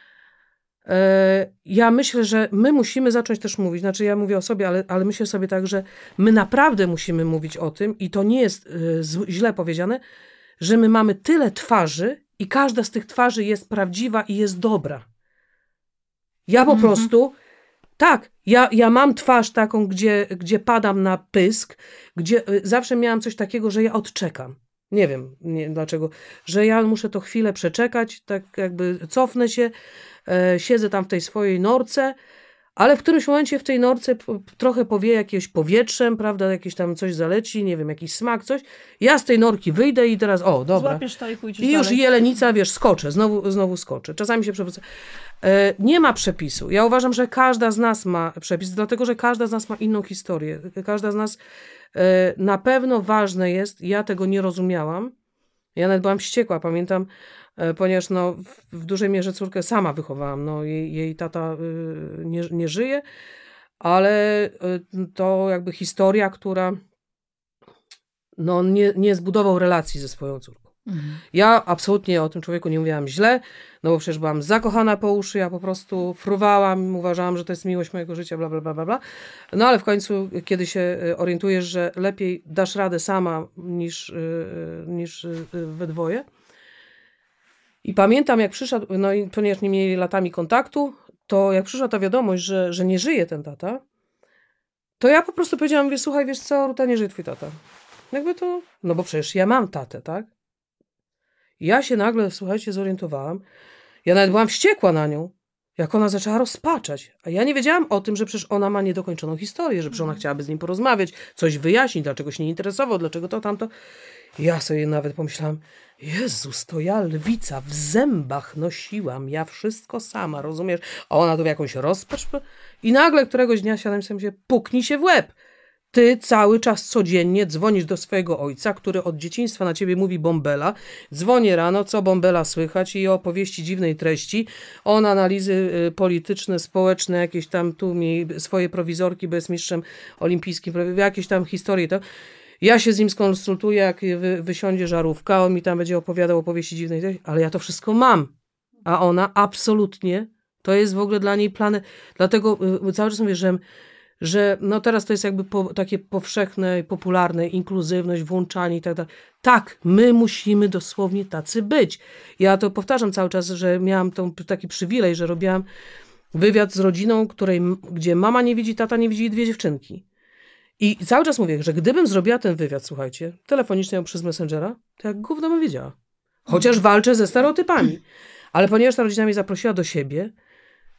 ja myślę, że my musimy zacząć też mówić, znaczy ja mówię o sobie, ale myślę sobie tak, że my naprawdę musimy mówić o tym i to nie jest źle powiedziane, że my mamy tyle twarzy i każda z tych twarzy jest prawdziwa i jest dobra. Ja po prostu, tak, ja mam twarz taką, gdzie padam na pysk, gdzie zawsze miałam coś takiego, że ja odczekam. Nie wiem dlaczego, że ja muszę to chwilę przeczekać, tak jakby cofnę się, siedzę tam w tej swojej norce, ale w którymś momencie w tej norce trochę powieje jakiegoś powietrzem, prawda, jakieś tam coś zaleci, nie wiem, jakiś smak, coś. Ja z tej norki wyjdę i teraz, dobra. Złapiesz to i pójdziesz I już dalej. jelenica, wiesz, skoczę, znowu skoczę. Czasami się przewrócę. Nie ma przepisu. Ja uważam, że każda z nas ma przepis, dlatego, że każda z nas ma inną historię. Każda z nas na pewno ważne jest, ja tego nie rozumiałam. Ja nawet byłam wściekła, pamiętam, ponieważ w dużej mierze córkę sama wychowałam. Jej tata nie żyje, ale to jakby historia, która nie zbudował relacji ze swoją córką. Ja absolutnie o tym człowieku nie mówiłam źle, bo przecież byłam zakochana po uszy, ja po prostu fruwałam, uważałam, że to jest miłość mojego życia, bla, bla, bla, bla, bla. No ale w końcu, kiedy się orientujesz, że lepiej dasz radę sama niż we dwoje. I pamiętam, jak przyszedł, i ponieważ nie mieli latami kontaktu, to jak przyszła ta wiadomość, że nie żyje ten tata, to ja po prostu powiedziałam, mówię, słuchaj, wiesz co, Ruta, nie żyje twój tata. Jakby to, bo przecież ja mam tatę, tak? Ja się nagle, słuchajcie, zorientowałam. Ja nawet byłam wściekła na nią, jak ona zaczęła rozpaczać. A ja nie wiedziałam o tym, że przecież ona ma niedokończoną historię, że przecież ona chciałaby z nim porozmawiać, coś wyjaśnić, dlaczego się nie interesował, dlaczego to, tamto. Ja sobie nawet pomyślałam, Jezus, to ja lwica w zębach nosiłam, ja wszystko sama, rozumiesz? A ona tu w jakąś rozpacz. I nagle któregoś dnia siadam sobie, myślę, puknij się w łeb. Ty cały czas codziennie dzwonisz do swojego ojca, który od dzieciństwa na ciebie mówi bąbela. Dzwonię rano, co bąbela słychać i opowieści dziwnej treści. On analizy polityczne, społeczne, jakieś tam tu mi swoje prowizorki, bo jest mistrzem olimpijskim, jakieś tam historie. To. Ja się z nim skonsultuję, jak wysiądzie żarówka, on mi tam będzie opowiadał opowieści dziwnej treści, ale ja to wszystko mam. A ona absolutnie, to jest w ogóle dla niej planet. Dlatego cały czas mówię, że teraz to jest jakby takie powszechne, popularne, inkluzywność, włączanie i tak dalej. Tak, my musimy dosłownie tacy być. Ja to powtarzam cały czas, że miałam taki przywilej, że robiłam wywiad z rodziną, gdzie mama nie widzi, tata nie widzi i 2 dziewczynki. I cały czas mówię, że gdybym zrobiła ten wywiad, słuchajcie, telefonicznie przez Messengera, to jak gówno bym wiedziała. Chociaż walczę ze stereotypami. Ale ponieważ ta rodzina mnie zaprosiła do siebie,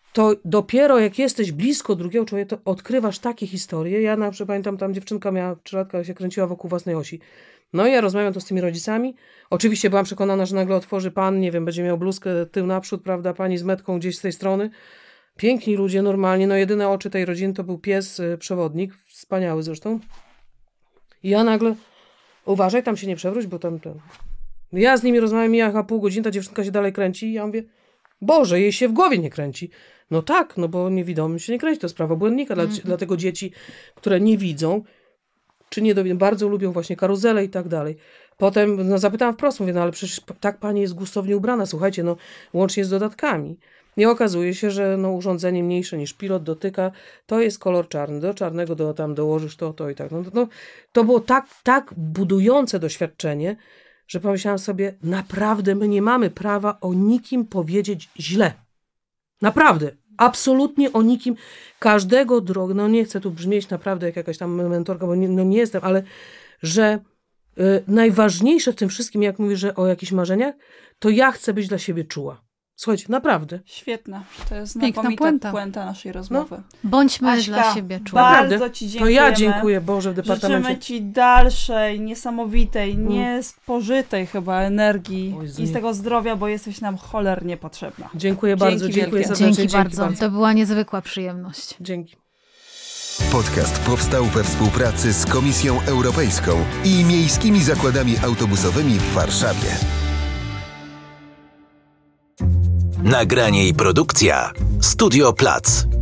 to dopiero jak jesteś blisko drugiego człowieka, to odkrywasz takie historie. Ja na przykład pamiętam, tam dziewczynka miała 3-latka, się kręciła wokół własnej osi. No i ja rozmawiam to z tymi rodzicami. Oczywiście byłam przekonana, że nagle otworzy pan, nie wiem, będzie miał bluzkę tył naprzód, prawda, pani z metką gdzieś z tej strony. Piękni ludzie normalnie, no jedyne oczy tej rodziny to był pies przewodnik, wspaniały zresztą. I ja nagle, uważaj, tam się nie przewróć, bo tam... Ja z nimi rozmawiam, mija pół godziny, ta dziewczynka się dalej kręci i ja mówię, Boże, jej się w głowie nie kręci. No tak, no bo niewidomym się nie kręci, to sprawa błędnika. Dlatego dzieci, które nie widzą, czy nie dowiedzą, bardzo lubią właśnie karuzele i tak dalej. Potem zapytałam wprost, mówię, no ale przecież tak pani jest gustownie ubrana, słuchajcie, no łącznie z dodatkami. I okazuje się, że no, urządzenie mniejsze niż pilot dotyka, to jest kolor czarny. Do czarnego tam dołożysz to i tak. No, to było tak budujące doświadczenie, że pomyślałam sobie, naprawdę my nie mamy prawa o nikim powiedzieć źle. Naprawdę. Absolutnie o nikim. Każdego drogi, no nie chcę tu brzmieć naprawdę jak jakaś tam mentorka, bo nie jestem, ale że najważniejsze w tym wszystkim, jak mówisz, że o jakichś marzeniach, to ja chcę być dla siebie czuła. Słuchajcie, naprawdę. Świetna. To jest znakomita puenta naszej rozmowy. No. Bądźmy Aśka, dla siebie czuły. Bardzo ci dziękujemy. To ja dziękuję, Boże, w departamencie. Życzymy ci dalszej, niesamowitej, niespożytej chyba energii i z tego zdrowia, bo jesteś nam cholernie potrzebna. Dziękuję bardzo. Dziękuję serdecznie. Dzięki bardzo. To była niezwykła przyjemność. Dzięki. Podcast powstał we współpracy z Komisją Europejską i Miejskimi Zakładami Autobusowymi w Warszawie. Nagranie i produkcja Studio Plac.